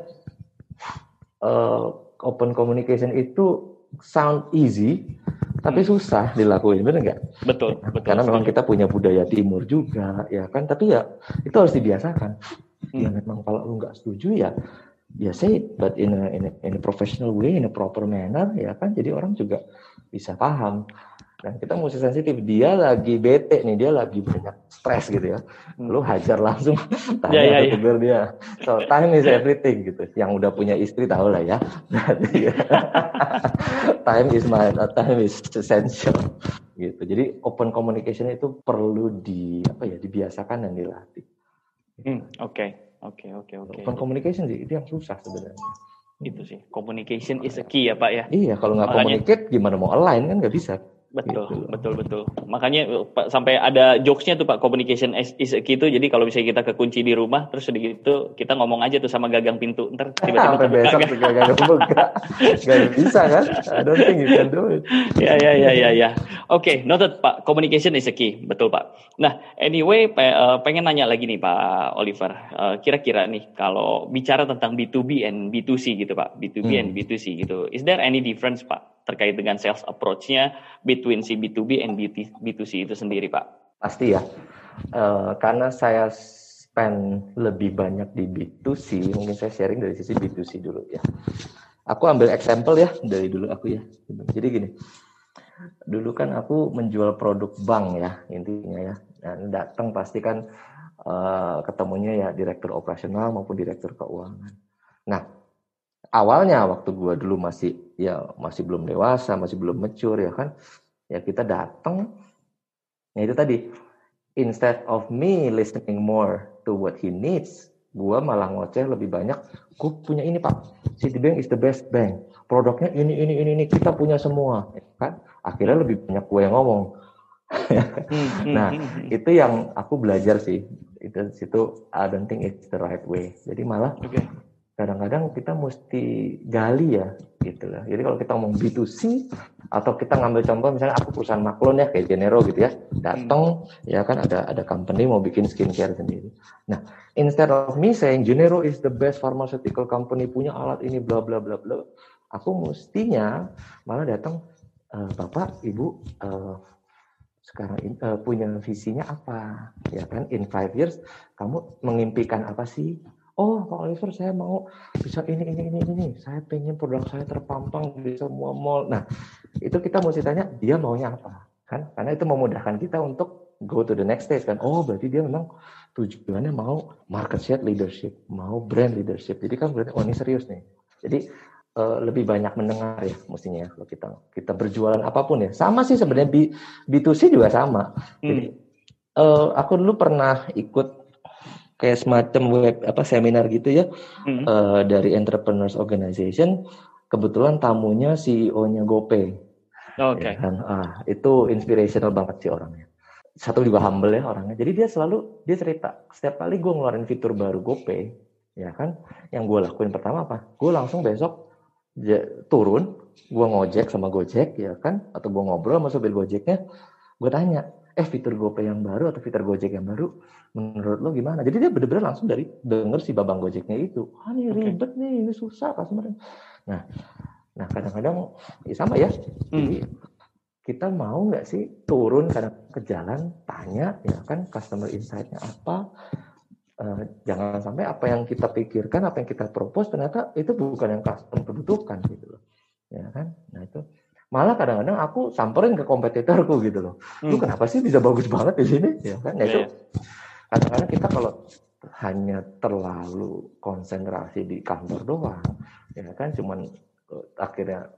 open communication itu sound easy, tapi susah dilakuin, bener nggak? Betul. Karena memang kita punya budaya timur juga, ya kan. Tapi ya itu harus dibiasakan. Ya memang kalau lu nggak setuju ya say it, but in a professional way, in a proper manner, ya kan. Jadi orang juga bisa paham. Dan kita mesti sensitif. Dia lagi bete nih, dia lagi banyak stres gitu ya. Lu hajar langsung, tanya atau tegur dia. So time is everything gitu. Yang udah punya istri tahu lah ya. Time is essential gitu. Jadi open communication itu perlu dibiasakan dan dilatih. Oke. Open communication sih itu yang susah sebenarnya. Itu sih. Communication is a key ya Pak ya. Iya, kalau nggak communicate gimana mau align kan nggak bisa. Betul. Makanya sampai ada jokesnya tuh Pak, communication is a key tuh. Jadi kalau misalnya kita kekunci di rumah, terus udah gitu kita ngomong aja tuh sama gagang pintu. Ntar tiba-tiba sampai besok gagang buka. Gak bisa kan? I don't think you can do it. Ya. Oke, noted Pak. Communication is a key, betul Pak. Nah, anyway, pengen nanya lagi nih Pak Oliver. Kira-kira nih kalau bicara tentang B2B and B2C gitu Pak, B2B and B2C gitu. Is there any difference Pak terkait dengan sales approach-nya between si B2B and B2C itu sendiri Pak? Pasti ya, karena saya spend lebih banyak di B2C, mungkin saya sharing dari sisi B2C dulu ya. Aku ambil example ya dari dulu aku ya. Jadi gini, dulu kan aku menjual produk bank ya intinya ya. Dan datang pasti kan ketemunya ya direktur operasional maupun direktur keuangan. Nah, awalnya waktu gua dulu masih belum dewasa, masih belum mature ya kan. Ya kita datang, ya itu tadi, instead of me listening more to what he needs, gue malah ngoceh lebih banyak. Gue punya ini pak, Citibank is the best bank. Produknya ini kita punya semua, kan? Akhirnya lebih banyak gue yang ngomong. Nah, itu yang aku belajar sih. Itu situ I don't think it's the right way. Jadi malah kadang-kadang kita mesti gali ya, gitu lah. Jadi kalau kita ngomong B2C atau kita ngambil contoh misalnya aku perusahaan maklon ya kayak Genero gitu ya, datang ya kan ada company mau bikin skincare sendiri. Nah, instead of me saying Genero is the best pharmaceutical company, punya alat ini bla bla bla bla, aku mestinya malah datang, Bapak, Ibu, sekarang punya visinya apa, ya kan? In 5 years kamu mengimpikan apa sih? Oh, Pak Oliver, saya mau bisa ini. Saya pengen produk saya terpampang di semua mall. Nah, itu kita mesti tanya dia maunya apa, kan? Karena itu memudahkan kita untuk go to the next stage kan. Oh, berarti dia memang tujuannya mau market share leadership, mau brand leadership. Jadi kan berarti ini serius nih. Jadi lebih banyak mendengar ya mestinya kalau kita berjualan apapun ya. Sama sih sebenarnya B2C juga sama. Jadi aku dulu pernah ikut kayak semacam seminar gitu ya, dari Entrepreneurs Organization. Kebetulan tamunya CEO-nya GoPay. Oke. Ya, itu inspirational banget sih orangnya. Satu juga humble ya orangnya. Jadi dia cerita setiap kali gue ngeluarin fitur baru GoPay, ya kan, yang gue lakuin pertama apa? Gue langsung besok turun, gue ngojek sama Gojek ya kan, atau gue ngobrol sama supir Gojeknya, gue tanya, fitur GoPay yang baru atau fitur Gojek yang baru menurut lo gimana? Jadi dia bener-bener langsung dari denger si babang Gojeknya itu, ini ribet nih, ini susah customer. Nah kadang-kadang ya sama ya. Jadi kita mau nggak sih turun kadang ke jalan, tanya ya kan customer insight-nya apa? Jangan sampai apa yang kita pikirkan, apa yang kita propose ternyata itu bukan yang customer butuhkan gitu loh, ya kan? Nah itu malah kadang-kadang aku samperin ke kompetitorku gitu loh. Lu kenapa sih bisa bagus banget di sini? Ya kan? Nah, itu kadang-kadang kita kalau hanya terlalu konsentrasi di kantor doang, ya kan, cuman akhirnya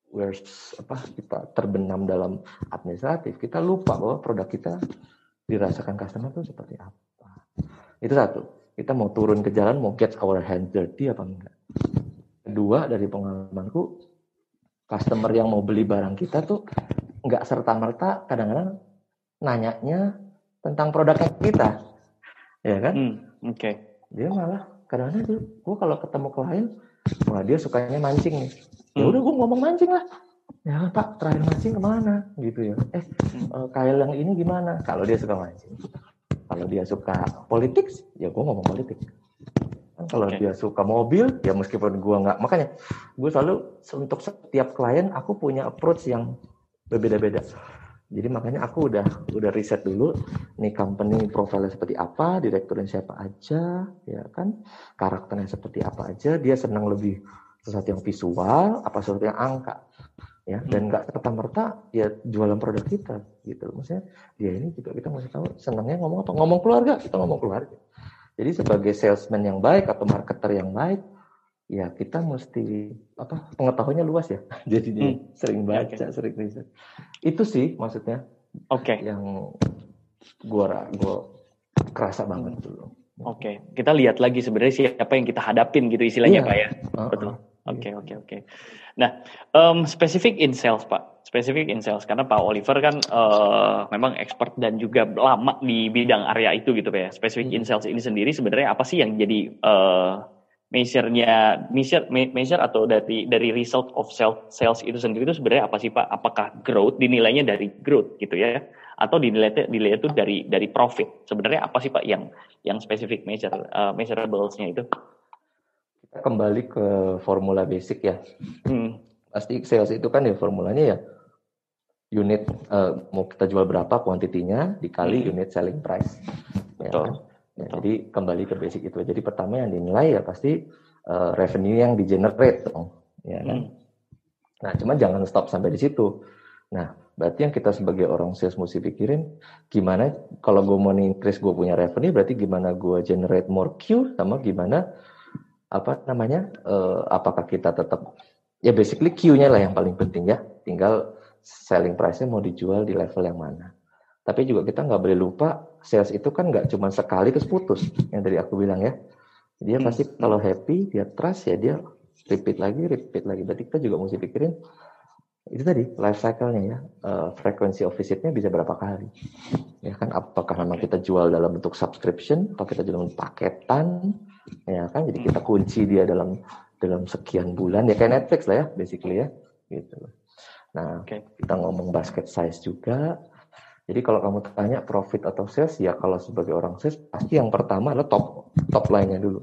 kita terbenam dalam administratif, kita lupa bahwa produk kita dirasakan customer itu seperti apa. Itu satu, kita mau turun ke jalan mau get our hands dirty apa enggak. Kedua, dari pengalamanku, customer yang mau beli barang kita tuh nggak serta-merta kadang-kadang nanyanya tentang produknya kita, ya kan? Dia malah kadang-kadang tuh, gue kalau ketemu klien, wah dia sukanya mancing nih, ya udah gue ngomong mancing lah, ya Pak terakhir mancing kemana gitu ya, kail yang ini gimana? Kalau dia suka mancing, kalau dia suka politik, ya gue ngomong politik. Kalau dia suka mobil, ya meskipun gue nggak, makanya gue selalu untuk setiap klien aku punya approach yang berbeda-beda. Jadi makanya aku udah riset dulu nih company profile seperti apa, direkturnya siapa aja, ya kan, karakternya seperti apa aja, dia senang lebih sesuatu yang visual, apa sesuatu yang angka, ya, dan nggak serta-merta ya jualan produk kita, gitu. Maksudnya dia ini juga kita mesti tahu senangnya ngomong apa, ngomong keluarga, kita ngomong keluarga. Jadi sebagai salesman yang baik atau marketer yang baik, ya kita mesti pengetahuannya luas ya. Jadi dia sering baca, sering riset. Itu sih maksudnya. Yang gue kerasa banget dulu. Kita lihat lagi sebenarnya siapa yang kita hadapin gitu istilahnya Pak ya. Betul. Oke. Nah, spesifik in sales Pak. Spesifik in sales karena Pak Oliver kan memang expert dan juga lama di bidang area itu gitu Pak ya. Spesifik in sales ini sendiri sebenarnya apa sih yang jadi measure atau dari result of sales itu sendiri itu sebenarnya apa sih Pak? Apakah growth dinilainya dari growth gitu ya, atau dinilai itu dari profit? Sebenarnya apa sih Pak yang spesifik measurables-nya itu? Kita kembali ke formula basic ya. Pasti sales itu kan ya formulanya ya unit, mau kita jual berapa kuantitinya dikali unit selling price. Ya kan? Ya, jadi kembali ke basic itu. Jadi pertama yang dinilai ya pasti revenue yang di-generate dong, ya kan. Nah, cuman jangan stop sampai di situ. Nah, berarti yang kita sebagai orang sales mesti pikirin gimana kalau gue mau increase gue punya revenue, berarti gimana gue generate more queue, sama gimana apakah kita tetap ya basically queue-nya lah yang paling penting ya. Tinggal selling price-nya mau dijual di level yang mana. Tapi juga kita nggak boleh lupa sales itu kan nggak cuma sekali terus putus, yang tadi aku bilang ya. Dia pasti kalau happy, dia trust ya dia repeat lagi. Berarti kita juga mesti pikirin itu tadi life cycle-nya ya, frekuensi of visit-nya bisa berapa kali. Ya kan, apakah memang kita jual dalam bentuk subscription atau kita jual dalam paketan, ya kan. Jadi kita kunci dia dalam sekian bulan ya kayak Netflix lah ya basically ya gitu. Nah, kita ngomong basket size juga. Jadi kalau kamu tanya profit atau sales, ya kalau sebagai orang sales pasti yang pertama adalah top line-nya dulu.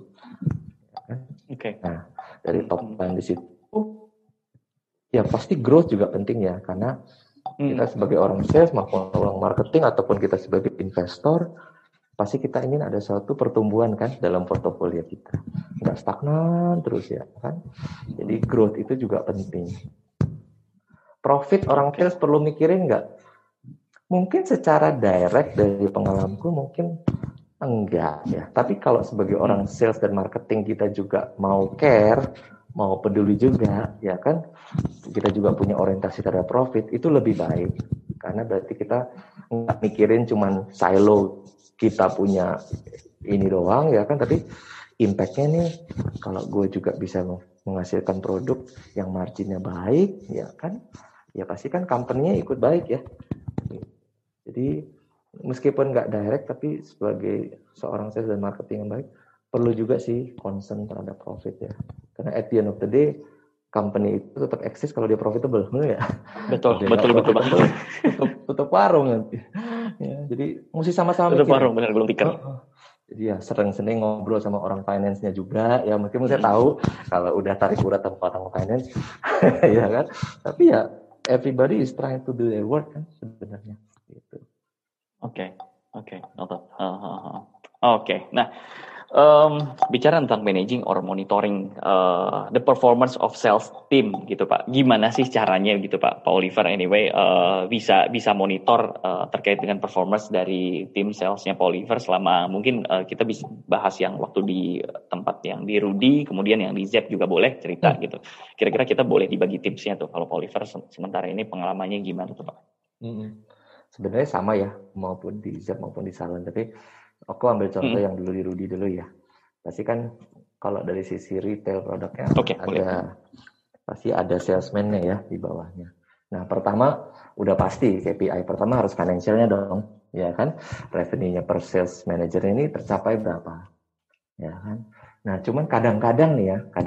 Nah, dari top line di situ ya pasti growth juga penting ya, karena kita sebagai orang sales maupun orang marketing ataupun kita sebagai investor pasti kita ingin ada suatu pertumbuhan kan dalam portofolio kita, nggak stagnan terus ya kan. Jadi growth itu juga penting. Profit orang sales perlu mikirin nggak? Mungkin secara direct dari pengalamanku mungkin enggak ya. Tapi kalau sebagai orang sales dan marketing kita juga mau care, mau peduli juga, ya kan? Kita juga punya orientasi terhadap profit, itu lebih baik. Karena berarti kita nggak mikirin cuman silo kita punya ini doang, ya kan? Tapi impact-nya nih, kalau gue juga bisa menghasilkan produk yang marginnya baik, ya kan? Ya pasti kan company-nya ikut baik ya. Jadi meskipun nggak direct, tapi sebagai seorang sales dan marketing yang baik, perlu juga sih concern terhadap profit ya. Karena at the end of the day, company itu tetap eksis kalau dia profitable, benar ya? Betul. Tutup warung nanti. Ya, jadi mesti sama-sama tutup warung, benar, belum tiket. Jadi ya sering-sering ngobrol sama orang finance-nya juga. Ya mungkin saya tahu kalau udah tarik urat sama orang finance, ya kan. Tapi ya everybody is trying to do their work kan sebenarnya. Gitu. Oke. Nah, bicara tentang managing or monitoring the performance of sales team gitu Pak. Gimana sih caranya gitu Pak Oliver anyway bisa monitor terkait dengan performance dari tim salesnya Pak Oliver selama mungkin kita bisa bahas yang waktu di tempat yang di Rudy, kemudian yang di Zep juga boleh cerita gitu. Kira-kira kita boleh dibagi tipsnya tuh kalau Pak Oliver sementara ini pengalamannya gimana tuh Pak? Sebenarnya sama ya, maupun di Zep maupun di Salon, tapi aku ambil contoh yang dulu di Rudy dulu ya. Pasti kan kalau dari sisi retail produknya pasti ada salesman-nya ya di bawahnya. Nah, pertama udah pasti KPI pertama harus financial-nya dong, ya kan? Revenue-nya per sales manager ini tercapai berapa? Ya kan? Nah, cuman kadang-kadang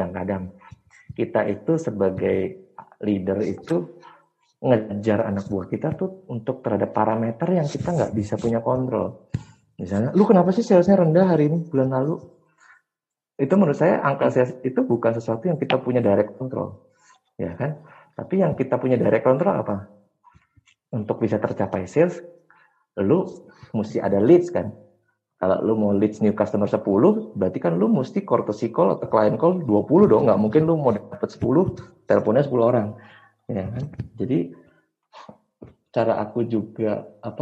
kita itu sebagai leader itu ngejar anak buah kita tuh untuk terhadap parameter yang kita nggak bisa punya kontrol. Misalnya, lu kenapa sih salesnya rendah hari ini bulan lalu? Itu menurut saya angka sales itu bukan sesuatu yang kita punya direct control, ya kan? Tapi yang kita punya direct control apa? Untuk bisa tercapai sales, lu mesti ada leads kan? Kalau lu mau leads new customer 10, berarti kan lu mesti courtesy call atau client call 20 dong. Nggak mungkin lu mau dapat 10, teleponnya 10 orang. Ya kan? Jadi cara aku juga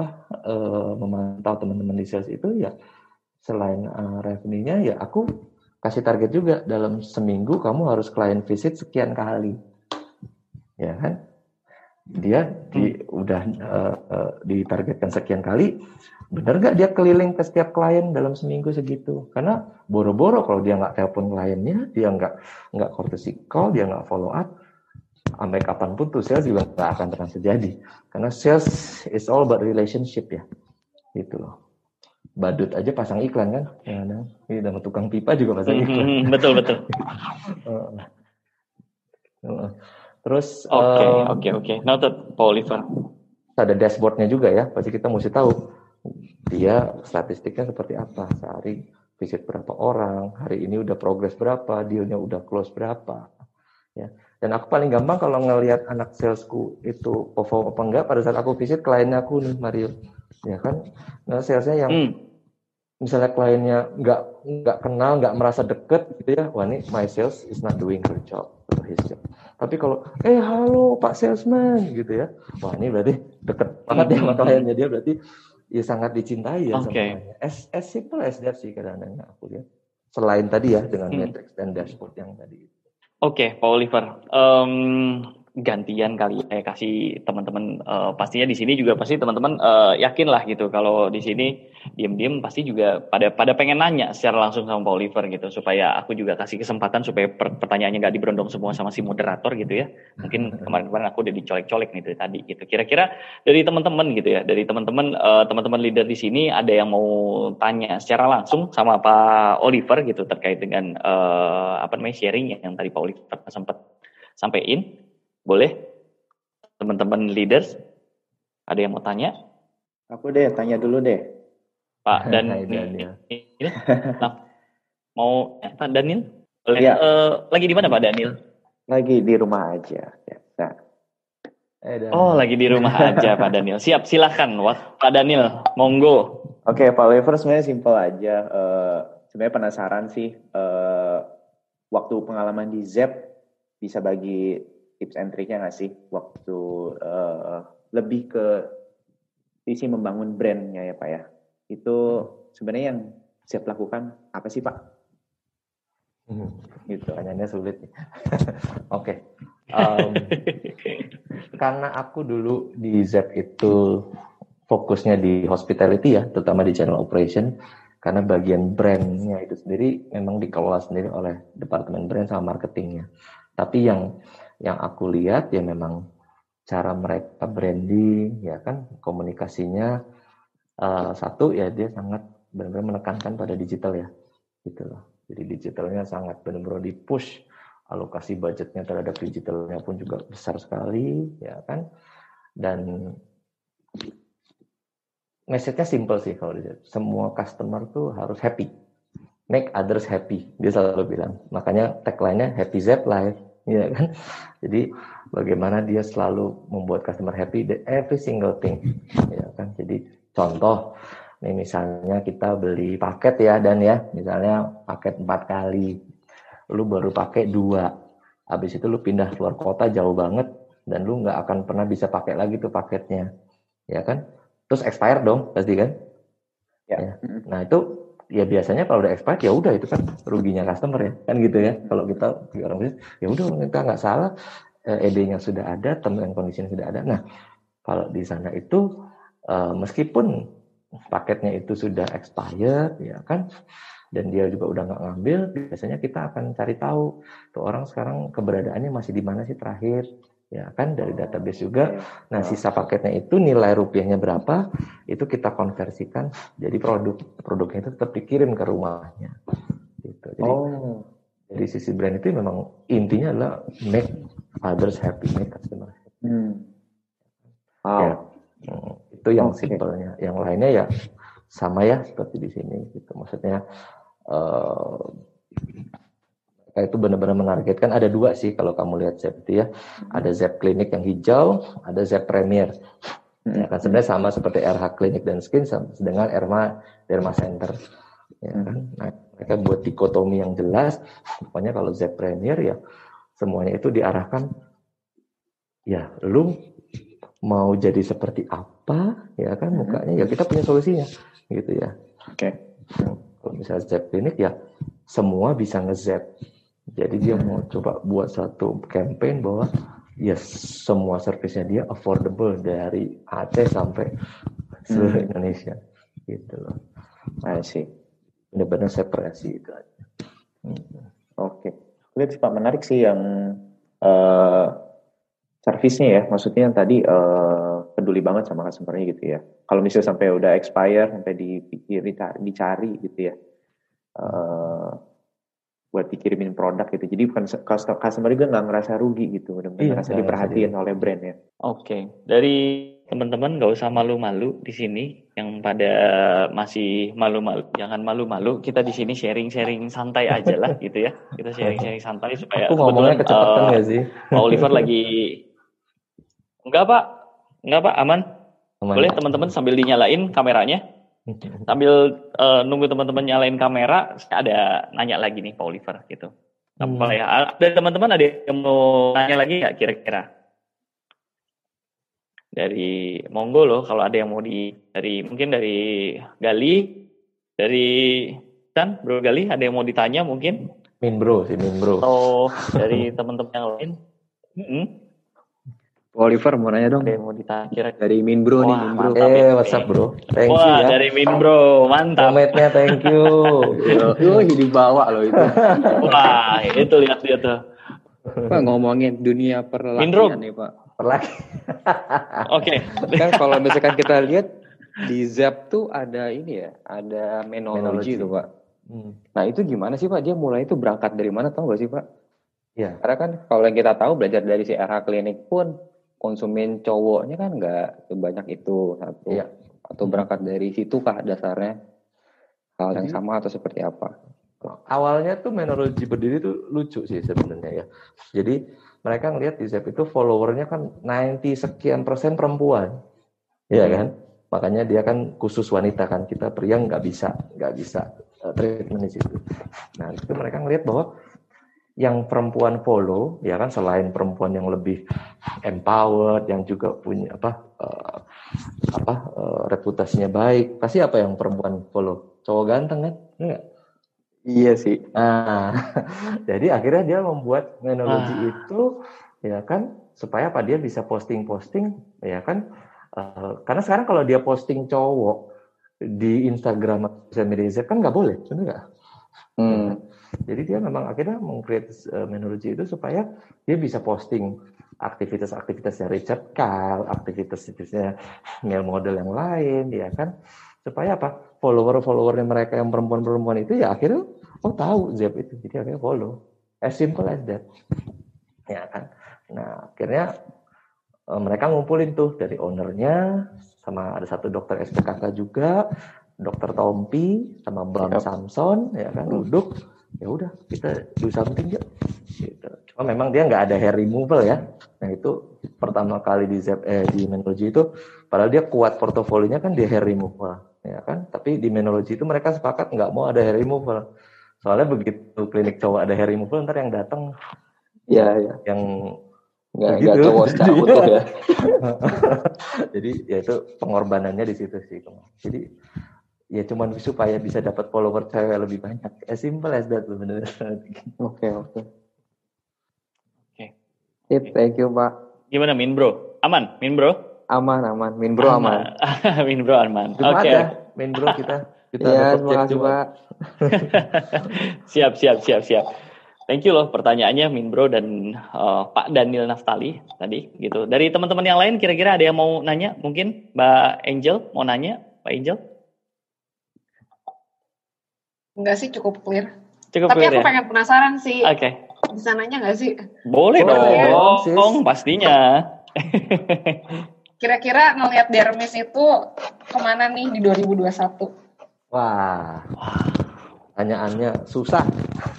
memantau teman-teman di sales itu ya selain revenue-nya ya aku kasih target juga dalam seminggu kamu harus client visit sekian kali, ya kan? Dia udah ditargetkan sekian kali, benar nggak dia keliling ke setiap klien dalam seminggu segitu? Karena boro-boro kalau dia nggak telepon kliennya, dia nggak courtesy call, dia nggak follow up, sampai kapanpun tuh sales juga nggak akan pernah terjadi. Karena sales is all about relationship ya, gitu loh. Badut aja pasang iklan kan, ini sama tukang pipa juga pasang iklan. Betul. Terus Oke. Noted, Pak Oliver. Ada dashboardnya juga ya, pasti kita mesti tahu dia statistiknya seperti apa, sehari visit berapa orang, hari ini udah progress berapa, dealnya udah close berapa, ya. Dan aku paling gampang kalau ngelihat anak salesku itu perform apa enggak pada saat aku visit kliennya aku nih Mario, ya kan, nah salesnya yang misalnya kliennya nggak kenal, nggak merasa deket gitu ya, wah ini my sales is not doing her job atau his job. Tapi kalau halo Pak Salesman gitu ya, wah ini berarti deket banget ya sama kliennya, dia berarti ya sangat dicintai ya sama kliennya. As simple as that sih kadang-kadang aku lihat. Selain tadi ya dengan matrix dan dashboard yang tadi. Oke, Pak Oliver. Gantian kali ya kasih teman-teman, pastinya di sini juga pasti teman-teman yakin lah gitu kalau di sini diem-diem pasti juga pada pengen nanya secara langsung sama Pak Oliver gitu, supaya aku juga kasih kesempatan supaya pertanyaannya nggak diberondong semua sama si moderator gitu ya. Mungkin kemarin aku udah dicolek-colek nih dari tadi gitu. Kira-kira dari teman-teman gitu ya, dari teman-teman leader di sini ada yang mau tanya secara langsung sama Pak Oliver gitu terkait dengan sharing yang tadi Pak Oliver sempat sampaikan. Boleh, teman-teman leaders, ada yang mau tanya? Aku deh, tanya dulu deh. Pak Daniel. Nah, mau Pak Daniel? Boleh. Ya. Lagi di mana Pak Daniel? Lagi di rumah aja. Ya. Lagi di rumah aja Pak Daniel. Siap, silahkan Pak Daniel, monggo. Oke, Pak Oliver sebenarnya simpel aja. Sebenarnya penasaran sih, waktu pengalaman di ZEP bisa bagi tips and triknya nggak sih waktu lebih ke sisi membangun brandnya ya Pak ya, itu sebenarnya yang ZEP lakukan apa sih Pak? Gitu, pertanyaannya sulit. Oke. Karena aku dulu di ZEP itu fokusnya di hospitality ya, terutama di channel operation, karena bagian brandnya itu sendiri memang dikelola sendiri oleh departemen brand sama marketingnya. Tapi yang aku lihat ya memang cara mereka branding ya kan, komunikasinya satu ya dia sangat benar-benar menekankan pada digital ya gitu loh. Jadi digitalnya sangat benar-benar di-push, alokasi budgetnya terhadap digitalnya pun juga besar sekali ya kan. Dan message-nya simple sih kalau dilihat. Semua customer tuh harus happy. Make others happy. Dia selalu bilang. Makanya tagline-nya Happy ZEP Life. Ya kan? Jadi bagaimana dia selalu membuat customer happy the every single thing. Ya kan? Jadi contoh nih misalnya kita beli paket ya dan ya, misalnya paket 4 kali. Lu baru pakai 2. Habis itu lu pindah keluar kota jauh banget dan lu nggak akan pernah bisa pakai lagi tuh paketnya. Ya kan? Terus expire dong, pasti kan? Ya. Nah itu ya biasanya kalau udah expired ya udah itu kan ruginya customer ya kan gitu ya. Kalau kita orang bisnis ya udah kita nggak salah, ED-nya sudah ada, term and condition sudah ada. Nah kalau di sana itu meskipun paketnya itu sudah expired ya kan, dan dia juga udah nggak ngambil, biasanya kita akan cari tahu tuh orang sekarang keberadaannya masih di mana sih terakhir. Ya kan dari database juga. Nah sisa paketnya itu nilai rupiahnya berapa, itu kita konversikan jadi produknya itu tetap dikirim ke rumahnya gitu. Jadi dari sisi brand itu memang intinya adalah make others happy, make customer happy. Ya, itu yang simpelnya. Yang lainnya ya sama ya seperti di sini gitu. Maksudnya itu benar-benar menargetkan. Ada 2 sih kalau kamu lihat ZEP itu ya. Ada ZEP Clinic yang hijau, ada ZEP Premier. Ya kan sebenarnya sama seperti RH Clinic dan Skin dengan Derma Center. Ya kan. Nah, mereka buat dikotomi yang jelas. Pokoknya kalau ZEP Premier ya semuanya itu diarahkan ya lu mau jadi seperti apa ya kan mukanya ya kita punya solusinya gitu ya. Kalau misalnya ZEP Clinic ya semua bisa nge-ZEP. Jadi dia mau coba buat satu campaign bahwa ya semua servisnya dia affordable dari Aceh sampai seluruh Indonesia gitu loh. Masih benar-benar separasi itu aja. Lihat Pak, menarik sih yang servisnya ya. Maksudnya yang tadi peduli banget sama customer-nya gitu ya. Kalau misalnya sampai udah expire sampai dicari gitu ya. Buat dikirimin produk gitu. Jadi bukan customer juga nggak ngerasa rugi gitu. Benar-benar ngerasa diperhatiin oleh brand ya. Oke. Dari teman-teman nggak usah malu-malu di sini. Yang pada masih malu-malu, jangan malu-malu. Kita di sini sharing-sharing santai aja lah gitu ya. Kita sharing-sharing santai supaya aku ngomongnya kecepatan nggak sih? Pak Oliver lagi enggak Pak, aman. Boleh teman-teman sambil dinyalain kameranya. Sambil nunggu teman-teman nyalain kamera, saya ada nanya lagi nih Pak Oliver gitu. Apa ya? Ada teman-teman ada yang mau nanya lagi nggak kira-kira? Dari monggo loh, kalau ada yang mau mungkin dari Gali, dari Bro Gali, ada yang mau ditanya mungkin? Min Bro. Atau dari teman-teman yang lain? Oliver mau nanya dong. Ada yang mau ditanya kira-kira? Dari Min Bro nih, Min Bro. What's up bro? Thank you ya. Dari Min Bro, mantap. Komennya thank you. Dibawa loh itu. Wah, itu lihat tuh. Pak ngomongin dunia perlakian nih Pak. Oke. Kan kalau misalkan kita lihat di Zap tuh ada ini ya, ada menologi tuh Pak. Nah itu gimana sih Pak? Dia mulai itu berangkat dari mana tahu gak sih Pak? Iya. Karena kan kalau yang kita tahu belajar dari si RH Klinik pun konsumen cowoknya kan nggak sebanyak itu satu. Iya. Atau berangkat dari situ kah dasarnya hal yang sama atau seperti apa? Awalnya tuh menologi berdiri tuh lucu sih sebenarnya ya. Jadi mereka ngelihat di Zap itu followernya kan 90 sekian % perempuan, ya kan? Makanya dia kan khusus wanita kan, kita pria nggak bisa treatment di situ. Nah itu mereka ngelihat bahwa yang perempuan follow, ya kan, selain perempuan yang lebih empowered, yang juga punya reputasinya baik, pasti apa yang perempuan follow? Cowok ganteng kan? Enggak? Iya sih. Nah, jadi akhirnya dia membuat menologi itu, ya kan, supaya apa, dia bisa posting, ya kan? Karena sekarang kalau dia posting cowok di Instagram atau sosial media kan nggak boleh, benar nggak? Jadi dia memang akhirnya meng-create menologi itu supaya dia bisa posting aktivitas-aktivitasnya Richard Kyle, aktivitas-aktivitasnya male model yang lain, ya kan? Supaya apa? Follower-followernya mereka yang perempuan-perempuan itu ya akhirnya tahu Zap itu, jadi akhirnya follow. As simple as that. Ya kan? Nah, akhirnya mereka ngumpulin tuh dari ownernya, sama ada satu dokter SPKK juga, Dokter Tompi sama Bang Samson, ya kan, duduk, ya udah kita do something ya. Gitu. Cuma memang dia nggak ada hair removal ya. Nah itu pertama kali di menologi itu, padahal dia kuat portofolionya kan di hair removal, ya kan. Tapi di menologi itu mereka sepakat nggak mau ada hair removal. Soalnya begitu klinik cowok ada hair removal, ntar yang datang, yang nggak cowok secara utuh ya. Jadi ya itu pengorbanannya di situ sih. Jadi ya cuman supaya bisa dapat follower cewek lebih banyak. As simple as that benar. Oke. Thank you Pak. Gimana Min Bro? Aman Min Bro? Aman. Min Bro aman. Min Bro aman. Oke. Min Bro kita ya, terima kasih Pak. Siap. Thank you loh pertanyaannya Min Bro dan Pak Daniel Naftali tadi gitu. Dari teman-teman yang lain kira-kira ada yang mau nanya? Mungkin Mbak Angel mau nanya, Pak Angel? Enggak sih, cukup clear. Tapi clear, aku ya? pengen penasaran sih. Oke. Bisa nanya nggak sih? Boleh dong, pastinya. Kira-kira ngelihat Dermis itu kemana nih di 2021? Wah. Pertanyaannya susah.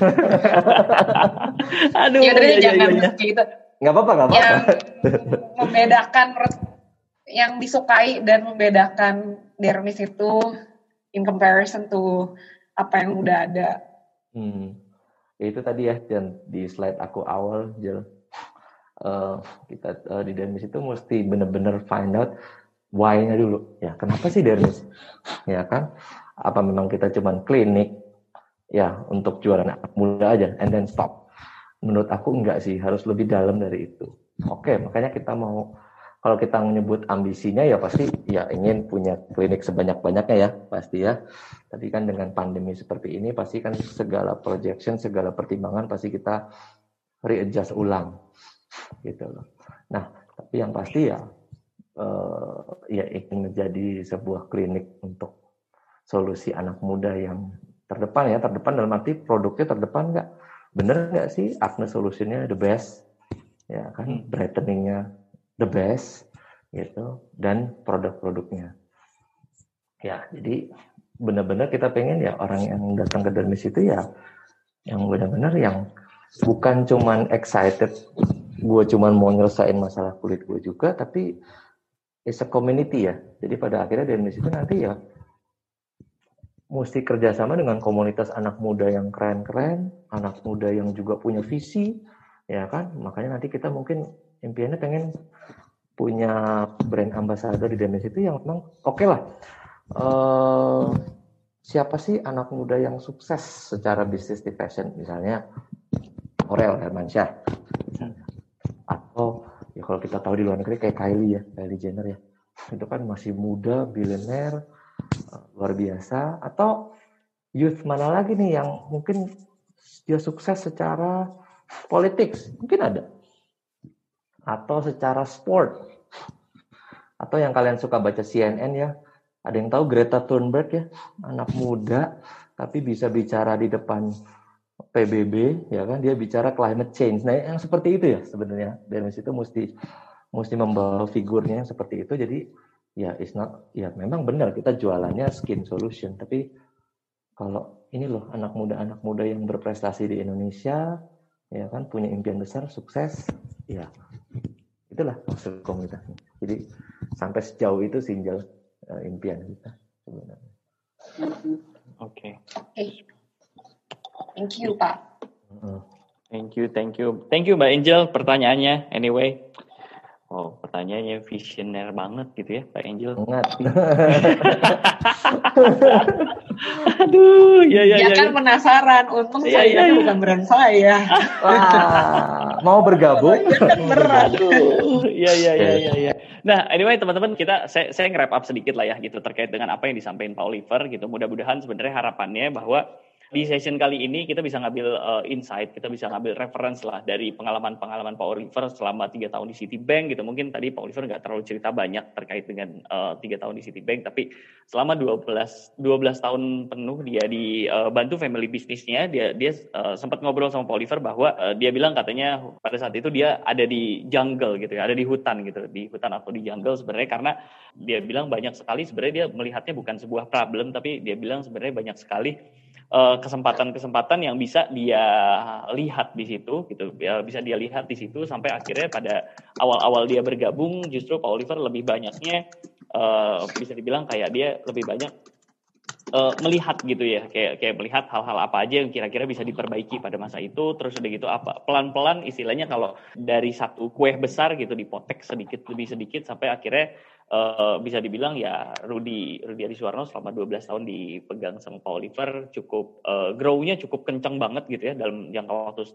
Aduh. Jangan gitu. Nggak apa-apa. Yang membedakan yang disukai dan membedakan Dermis itu in comparison to apa yang udah ada. Itu tadi ya, dan di slide aku awal, Jel. Kita di Dermis itu mesti benar-benar find out why-nya dulu. Ya, kenapa sih Dermis? Ya kan? Apa memang kita cuman klinik ya untuk jualan anak muda aja and then stop? Menurut aku enggak sih, harus lebih dalam dari itu. Oke, makanya kita mau, kalau kita menyebut ambisinya ya pasti ya ingin punya klinik sebanyak-banyaknya ya, pasti ya. Tadi kan dengan pandemi seperti ini pasti kan segala projection, segala pertimbangan pasti kita readjust ulang gitu loh. Nah, tapi yang pasti ya ingin menjadi sebuah klinik untuk solusi anak muda yang terdepan dalam arti produknya terdepan nggak, bener nggak sih Acne solutionnya the best, ya kan, brightening-nya the best gitu, dan produk-produknya ya. Jadi benar-benar kita pengen ya orang yang datang ke Dermis itu ya yang benar-benar yang bukan cuman excited gue cuman mau nyelesain masalah kulit gue juga, tapi it's a community ya. Jadi pada akhirnya Dermis itu nanti ya mesti kerjasama dengan komunitas anak muda yang keren-keren, anak muda yang juga punya visi, ya kan? Makanya nanti kita mungkin impiannya pengen punya brand ambassador di Demis itu yang memang oke lah. Siapa sih anak muda yang sukses secara bisnis di fashion? Misalnya Aurel Hermansyah. Atau ya kalau kita tahu di luar negeri kayak Kylie Jenner ya. Itu kan masih muda, bilioner, luar biasa. Atau youth mana lagi nih yang mungkin dia sukses secara politik, mungkin ada. Atau secara sport. Atau yang kalian suka baca CNN ya, ada yang tahu Greta Thunberg ya, anak muda tapi bisa bicara di depan PBB, ya kan, dia bicara climate change. Nah, yang seperti itu ya sebenarnya. Dan itu mesti membawa figurnya yang seperti itu. Jadi ya ya memang benar kita jualannya skin solution, tapi kalau ini loh anak muda yang berprestasi di Indonesia, ya kan, punya impian besar, sukses, ya itulah maksud komunitasnya. Jadi sampai sejauh itu Sinjal impian kita sebenarnya. Oke. Thank you, Pak. Thank you Mbak Angel pertanyaannya. Anyway, pertanyaannya visioner banget gitu ya Mbak Angel. Banget. Aduh, ya kan penasaran. Untung saya bukan brand saya. Wah, mau bergabung? Berat. Iya. Nah, anyway teman-teman, saya nge-wrap up sedikit lah ya gitu terkait dengan apa yang disampaikan Pak Oliver gitu. Mudah-mudahan sebenarnya harapannya bahwa di session kali ini kita bisa ngambil insight, kita bisa ngambil reference lah dari pengalaman-pengalaman Pak Oliver selama 3 tahun di Citibank gitu. Mungkin tadi Pak Oliver nggak terlalu cerita banyak terkait dengan 3 tahun di Citibank, tapi selama 12 tahun penuh dia dibantu family bisnisnya, dia sempat ngobrol sama Pak Oliver bahwa dia bilang katanya pada saat itu dia ada di jungle gitu ya, ada di hutan gitu, di hutan atau di jungle sebenarnya, karena dia bilang banyak sekali sebenarnya dia melihatnya bukan sebuah problem, tapi dia bilang sebenarnya banyak sekali kesempatan-kesempatan yang bisa dia lihat di situ gitu, bisa dia lihat di situ sampai akhirnya pada awal-awal dia bergabung justru Pak Oliver lebih banyaknya bisa dibilang kayak dia lebih banyak melihat gitu ya, kayak melihat hal-hal apa aja yang kira-kira bisa diperbaiki pada masa itu, terus udah gitu apa pelan-pelan istilahnya kalau dari satu kue besar gitu dipotek sedikit demi sedikit sampai akhirnya bisa dibilang ya Rudy Adisuarno selama 12 tahun dipegang sama Pak Oliver cukup grow-nya cukup kencang banget gitu ya dalam jangka waktu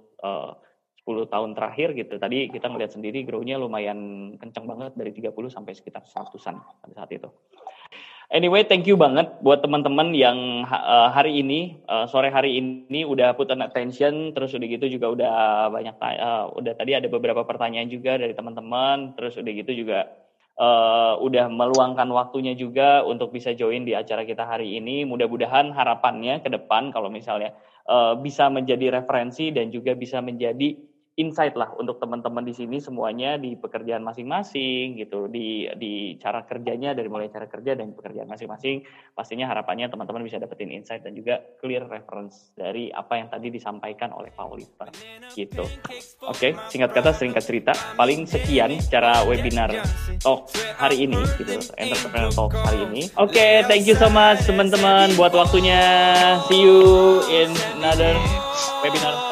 10 tahun terakhir gitu. Tadi kita ngelihat sendiri grow-nya lumayan kencang banget dari 30 sampai sekitar 100-an pada saat itu. Anyway, thank you banget buat teman-teman yang hari ini, sore hari ini udah put an attention, terus udah gitu juga udah banyak, udah tadi ada beberapa pertanyaan juga dari teman-teman, terus udah gitu juga udah meluangkan waktunya juga untuk bisa join di acara kita hari ini. Mudah-mudahan harapannya ke depan kalau misalnya bisa menjadi referensi dan juga bisa menjadi insight lah untuk teman-teman di sini semuanya di pekerjaan masing-masing gitu, di cara kerjanya, dari mulai cara kerja dan pekerjaan masing-masing. Pastinya harapannya teman-teman bisa dapetin insight dan juga clear reference dari apa yang tadi disampaikan oleh Pak Oliver gitu. Oke, singkat kata singkat cerita, paling sekian cara webinar talk hari ini gitu, entrepreneur talk hari ini. Oke, thank you so much teman-teman buat waktunya. See you in another webinar.